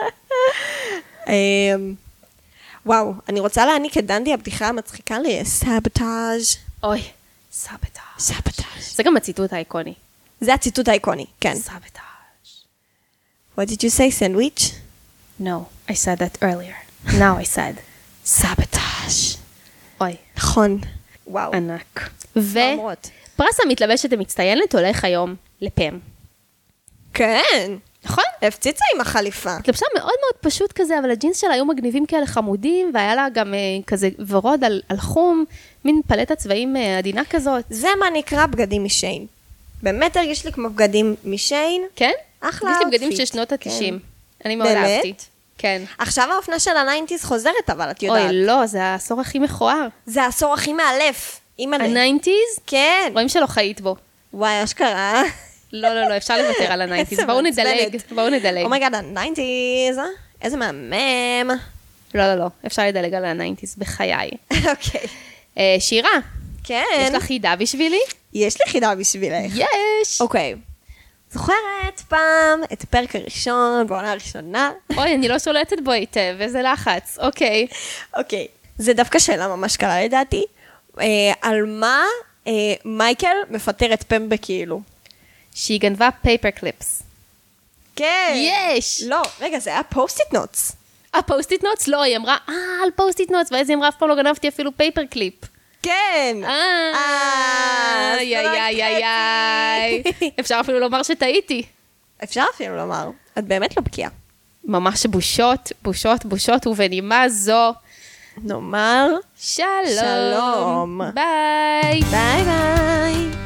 S2: וואו, אני רוצה להעניק את דנדי הבדיחה המצחיקה לסאבטאז'.
S1: אוי, סאבטאז'.
S2: סאבטאז'.
S1: זה גם הציטוט האיקוני.
S2: זה הציטוט האיקוני, כן.
S1: סאבטאז'.
S2: What did you say, sandwich?
S1: No, I said that earlier. Now I said, sabotage. אוי.
S2: נכון. וואו.
S1: ענק.
S2: צמרמורת.
S1: ופרס המתלבשת המצטיינת הולך היום לפם.
S2: כן.
S1: נכון?
S2: הפציצה עם החליפה.
S1: התלבשה מאוד מאוד פשוט כזה, אבל הג'ינס שלה היו מגניבים כאלה חמודים, והיה לה גם אה, כזה ורוד על, על חום, מין פלטת צבעים אה, עדינה כזאת.
S2: זה מה נקרא בגדים משיין. באמת הרגיש לי כמו בגדים משיין.
S1: כן?
S2: אחלה
S1: יש לי בגדים
S2: אאוטפיט.
S1: של שנות ה-תשעים.
S2: כן.
S1: אני מאוד
S2: באמת?
S1: אהבתי. כן.
S2: עכשיו האופנה של הניינטיז חוזרת, אבל את יודעת.
S1: אוי, לא, זה העשור הכי מכוער.
S2: זה העשור הכי מאלף. אימא'לה.
S1: הניינטיז?
S2: כן.
S1: רואים שלא חיית בו.
S2: וואי, אשכרה.
S1: לא, לא, לא, אפשר לוותר על הניינטיז.
S2: איזה
S1: בואו נדלג,
S2: מעצבנת.
S1: בואו נדלג.
S2: אומייגאד, הניינטיז. איזה מהמם.
S1: לא, לא, לא, אפשר לדלג על הניינטיז, בחיי.
S2: אוקיי.
S1: אה, שירה,
S2: כן.
S1: יש לך חידה בשבילי?
S2: יש לי חידה בשבילך.
S1: יש!
S2: אוקיי. זוכרת פעם את הפרק הראשון, בעונה הראשונה?
S1: אוי, אני לא שולטת בו היטב, איזה לחץ. אוקיי.
S2: אוקיי. זה דווקא שאלה ממש קלה לדעתי. אה, על מה אה, מייקל מפטר את פם בכאילו?
S1: שהיא גנבה פייפר קליפס.
S2: כן.
S1: יש!
S2: לא, רגע, זה היה פוסט-איט נוטס.
S1: אה, פוסט-איט נוטס? לא, היא אמרה, אה, על פוסט-איט נוטס, ואז היא אמרה, אף פעם לא גנבתי אפילו פייפר קליפ.
S2: כן.
S1: אה, איי, איי, איי, איי. אפשר אפילו לומר שטעיתי.
S2: אפשר אפילו לומר. את באמת לא בקיאה.
S1: ממש בושות, בושות, בושות, ובנימה זו,
S2: נאמר,
S1: שלום.
S2: שלום.
S1: ביי.
S2: ביי ביי.